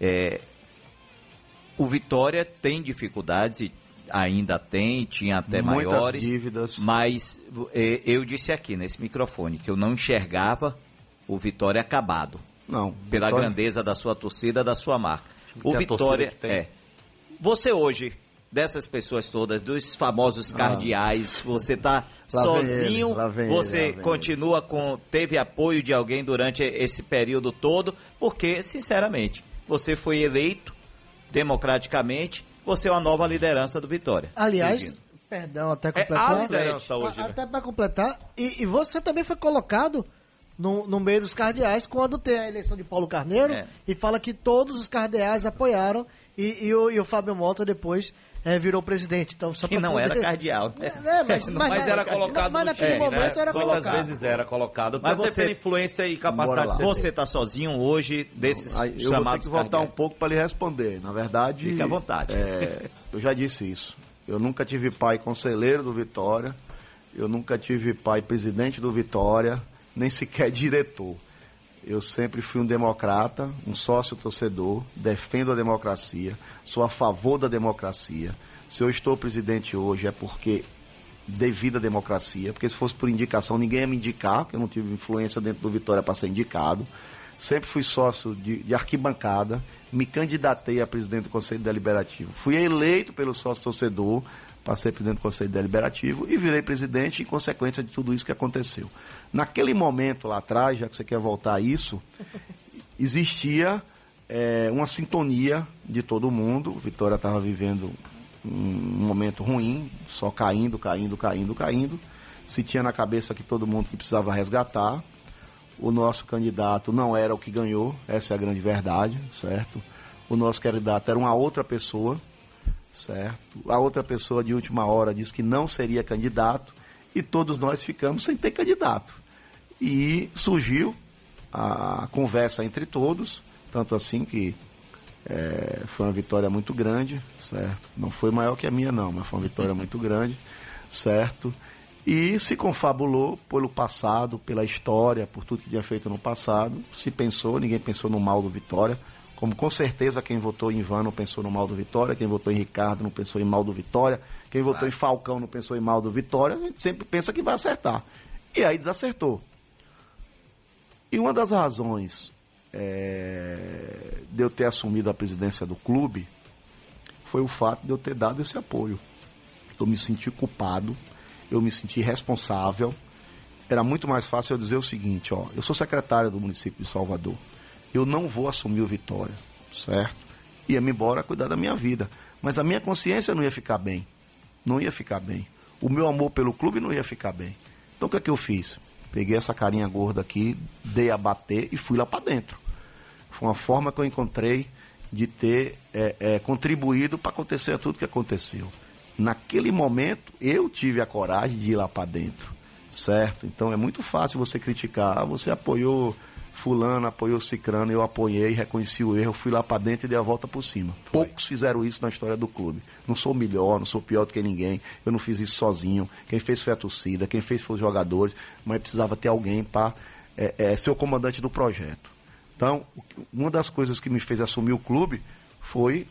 O Vitória tem dificuldades e ainda tinha até muitas maiores dívidas. Mas eu disse aqui nesse microfone que eu não enxergava o Vitória acabado. Não. Pela Vitória... grandeza da sua torcida, da sua marca. O a Vitória torcida que tem. Você hoje, dessas pessoas todas, dos famosos cardeais, você tá Lá sozinho, vem você ele, lá vem continua teve apoio de alguém durante esse período todo, porque, sinceramente, você foi eleito democraticamente, você é uma nova liderança do Vitória. Aliás, Surgindo. perdão, até É completar. a liderança hoje, né? Até para completar, e você também foi colocado no meio dos cardeais quando tem a eleição de Paulo Carneiro e fala que todos os cardeais apoiaram e o Fábio Mota depois virou presidente. Então, só Que não era cardeal, né? Mas era colocado mas no naquele time, momento né? era Quantas colocado. vezes era colocado. Mas Mas você- pela influência e capacidade de ser Você está sozinho hoje desses Aí, eu vou ter chamados que voltar um cardeais? pouco para lhe responder. Na verdade, Fique à vontade. Eu já disse isso. Eu nunca tive pai conselheiro do Vitória, eu nunca tive pai presidente do Vitória, nem sequer diretor. Eu sempre fui um democrata, um sócio torcedor, defendo a democracia, sou a favor da democracia. Se eu estou presidente hoje é porque devido à democracia, porque se fosse por indicação ninguém ia me indicar, porque eu não tive influência dentro do Vitória para ser indicado. Sempre fui sócio de arquibancada, me candidatei a presidente do Conselho Deliberativo. Fui eleito pelo sócio torcedor para ser presidente do Conselho Deliberativo e virei presidente em consequência de tudo isso que aconteceu. Naquele momento lá atrás, já que você quer voltar a isso, existia uma sintonia de todo mundo. O Vitória estava vivendo um momento ruim, só caindo. Se tinha na cabeça que todo mundo que precisava resgatar. O nosso candidato não era o que ganhou, essa é a grande verdade, certo? O nosso candidato era uma outra pessoa, certo? A outra pessoa de última hora disse que não seria candidato e todos nós ficamos sem ter candidato. E surgiu a conversa entre todos, tanto assim que foi uma vitória muito grande, certo? Não foi maior que a minha não, mas foi uma vitória muito grande, certo? E se confabulou pelo passado, pela história, por tudo que tinha feito no passado. Se pensou, ninguém pensou no mal do Vitória. Como com certeza quem votou em Ivan não pensou no mal do Vitória, quem votou em Ricardo não pensou em mal do Vitória, quem votou em Falcão não pensou em mal do Vitória, a gente sempre pensa que vai acertar. E aí desacertou. E uma das razões de eu ter assumido a presidência do clube foi o fato de eu ter dado esse apoio. Eu me senti culpado, eu me senti responsável. Era muito mais fácil eu dizer o seguinte, eu sou secretário do município de Salvador, eu não vou assumir o Vitória, certo? Ia-me embora cuidar da minha vida, mas a minha consciência não ia ficar bem, o meu amor pelo clube não ia ficar bem. Então o que é que eu fiz? Peguei essa carinha gorda aqui, dei a bater e fui lá para dentro. Foi uma forma que eu encontrei de ter contribuído para acontecer tudo que aconteceu. Naquele momento, eu tive a coragem de ir lá para dentro, certo? Então é muito fácil você criticar. Você apoiou fulano, apoiou cicrano, eu apoiei, reconheci o erro, fui lá para dentro e dei a volta por cima. Poucos fizeram isso na história do clube. Não sou melhor, não sou pior do que ninguém, eu não fiz isso sozinho. Quem fez foi a torcida, quem fez foi os jogadores, mas precisava ter alguém para ser o comandante do projeto. Então, uma das coisas que me fez assumir o clube foi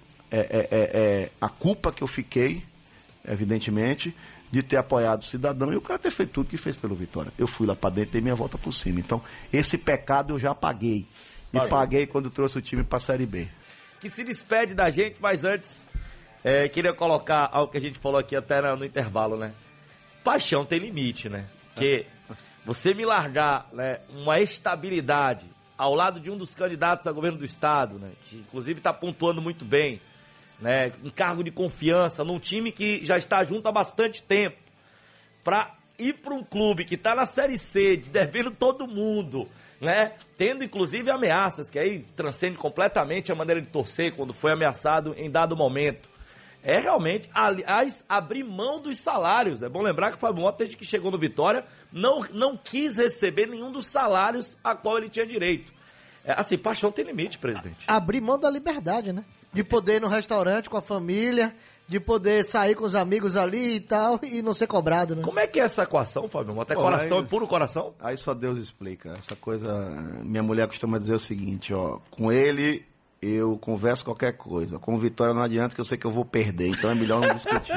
a culpa que eu fiquei, evidentemente, de ter apoiado o cidadão e o cara ter feito tudo que fez pelo Vitória. Eu fui lá para dentro e dei minha volta por cima. Então, esse pecado eu já paguei. E paguei quando trouxe o time para a Série B. Que se despede da gente, mas antes, queria colocar algo que a gente falou aqui até no intervalo, né? Paixão tem limite, né? Porque você me largar, né, uma estabilidade ao lado de um dos candidatos a governo do estado, né, que inclusive está pontuando muito bem, né, um cargo de confiança num time que já está junto há bastante tempo, para ir para um clube que está na Série C, devendo todo mundo, né? Tendo inclusive ameaças, que aí transcende completamente a maneira de torcer quando foi ameaçado em dado momento. É realmente, aliás, abrir mão dos salários. É bom lembrar que o Fábio Mota, desde que chegou no Vitória, não quis receber nenhum dos salários a qual ele tinha direito. Assim, paixão tem limite, presidente. Abrir mão da liberdade, né? De poder ir no restaurante com a família, de poder sair com os amigos ali e tal, e não ser cobrado, né? Como é que é essa equação, Fábio Mota? É coração, é puro coração? Aí só Deus explica. Essa coisa, minha mulher costuma dizer o seguinte, ó, com ele eu converso qualquer coisa. Com o Vitória não adianta, que eu sei que eu vou perder, então é melhor não discutir.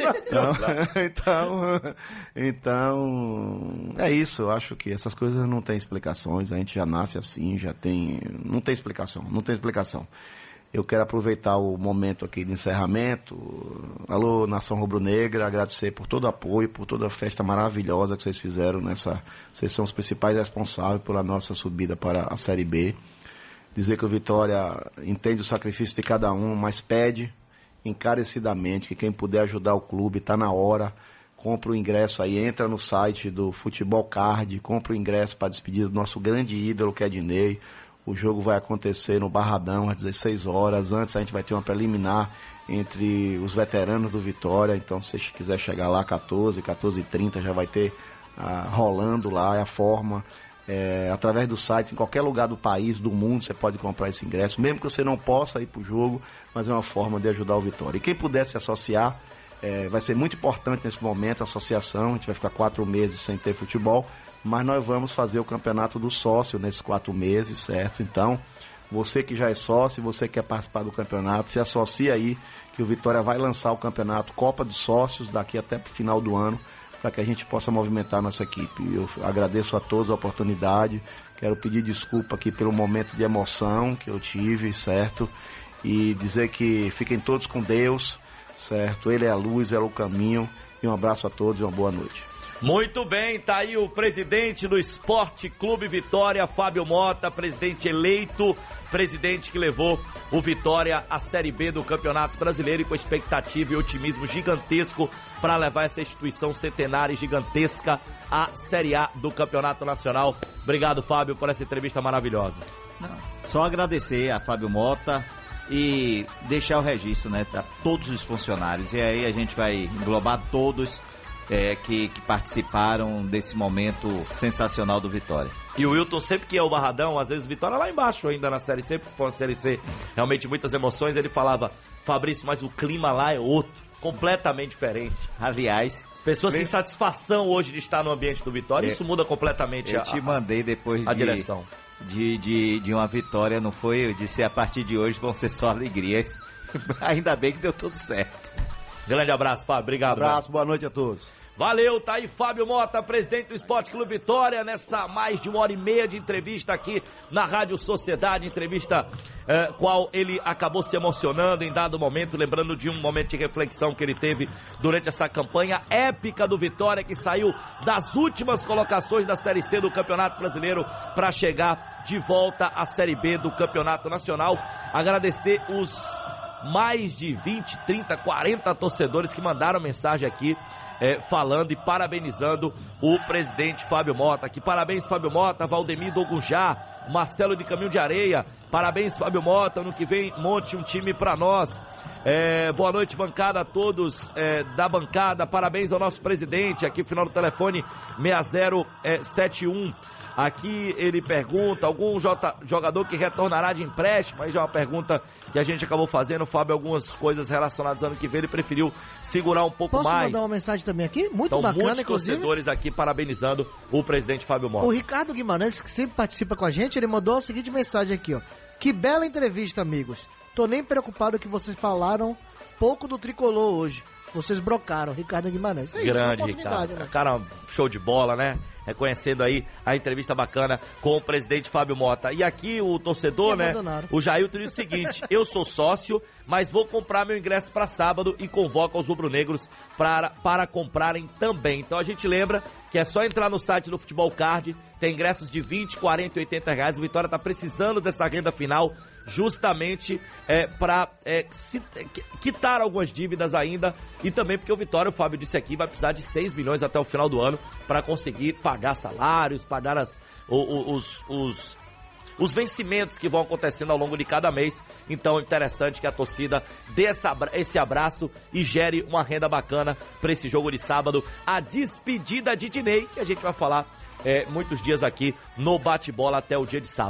Então, é isso. Eu acho que essas coisas não têm explicações. A gente já nasce assim, não tem explicação. Eu quero aproveitar o momento aqui de encerramento. Alô, Nação Rubro-Negra, agradecer por todo o apoio, por toda a festa maravilhosa que vocês fizeram nessa. Vocês são os principais responsáveis pela nossa subida para a Série B. Dizer que o Vitória entende o sacrifício de cada um, mas pede encarecidamente que quem puder ajudar o clube, está na hora, compra o ingresso aí, entra no site do Futebol Card, compra o ingresso para despedir do nosso grande ídolo, que é Dinei. O jogo vai acontecer no Barradão às 16 horas, antes a gente vai ter uma preliminar entre os veteranos do Vitória, então se você quiser chegar lá 14h30 já vai ter rolando lá a forma. Através do site, em qualquer lugar do país, do mundo, você pode comprar esse ingresso, mesmo que você não possa ir para o jogo, mas é uma forma de ajudar o Vitória. E quem puder se associar, vai ser muito importante nesse momento a associação. A gente vai ficar 4 meses sem ter futebol, mas nós vamos fazer o campeonato do sócio nesses 4 meses, certo? Então, você que já é sócio, você que quer participar do campeonato, se associa aí, que o Vitória vai lançar o campeonato Copa dos Sócios daqui até para o final do ano, para que a gente possa movimentar a nossa equipe. Eu agradeço a todos a oportunidade, quero pedir desculpa aqui pelo momento de emoção que eu tive, certo? E dizer que fiquem todos com Deus, certo? Ele é a luz, ele é o caminho, e um abraço a todos e uma boa noite. Muito bem, tá aí o presidente do Esporte Clube Vitória, Fábio Mota, presidente eleito, presidente que levou o Vitória à Série B do Campeonato Brasileiro e com expectativa e otimismo gigantesco para levar essa instituição centenária e gigantesca à Série A do Campeonato Nacional. Obrigado, Fábio, por essa entrevista maravilhosa. Só agradecer a Fábio Mota e deixar o registro, né, para todos os funcionários. E aí a gente vai englobar todos que participaram desse momento sensacional do Vitória. E o Wilton, sempre que é o Barradão, às vezes Vitória lá embaixo ainda na Série C, porque foi uma Série C realmente muitas emoções, ele falava, Fabrício, mas o clima lá é outro, completamente diferente. Aliás, as pessoas têm satisfação hoje de estar no ambiente do Vitória, isso muda completamente eu te mandei depois a direção. De uma vitória, não foi? Eu disse, a partir de hoje vão ser só alegrias. Ainda bem que deu tudo certo. Grande abraço, Fábio, obrigado. Abraço, boa noite a todos. Valeu, tá aí Fábio Mota, presidente do Esporte Clube Vitória, nessa mais de 1h30 de entrevista aqui na Rádio Sociedade, entrevista qual ele acabou se emocionando em dado momento, lembrando de um momento de reflexão que ele teve durante essa campanha épica do Vitória, que saiu das últimas colocações da Série C do Campeonato Brasileiro para chegar de volta à Série B do Campeonato Nacional. Agradecer os mais de 20, 30, 40 torcedores que mandaram mensagem aqui, falando e parabenizando o presidente Fábio Mota. Aqui, parabéns Fábio Mota, Valdemir Dogujá, Marcelo de Caminho de Areia, parabéns Fábio Mota, ano que vem monte um time pra nós. Boa noite, bancada, a todos da bancada, parabéns ao nosso presidente, aqui final do telefone 6071. Aqui ele pergunta, algum jogador que retornará de empréstimo, aí já é uma pergunta que a gente acabou fazendo, Fábio, algumas coisas relacionadas ao ano que vem, ele preferiu segurar um pouco mais. Posso mandar uma mensagem também aqui? Muito então, bacana, muitos inclusive. Torcedores aqui parabenizando o presidente Fábio Mota. O Ricardo Guimarães, que sempre participa com a gente, ele mandou a seguinte mensagem aqui, ó. Que bela entrevista, amigos. Tô nem preocupado que vocês falaram pouco do Tricolor hoje. Vocês brocaram, Ricardo Guimarães. Grande, Ricardo. Né? Cara, show de bola, né? Reconhecendo aí a entrevista bacana com o presidente Fábio Mota. E aqui o torcedor, né? O Jailton diz o seguinte, eu sou sócio, mas vou comprar meu ingresso para sábado e convoca os rubro-negros para comprarem também. Então a gente lembra que é só entrar no site do Futebol Card, tem ingressos de 20, 40 e 80 reais. O Vitória tá precisando dessa renda final justamente para quitar algumas dívidas ainda, e também porque o Vitória, o Fábio disse aqui, vai precisar de 6 milhões até o final do ano para conseguir pagar salários, pagar os vencimentos que vão acontecendo ao longo de cada mês. Então é interessante que a torcida dê esse abraço e gere uma renda bacana para esse jogo de sábado, a despedida de Dinei, que a gente vai falar muitos dias aqui no bate-bola até o dia de sábado.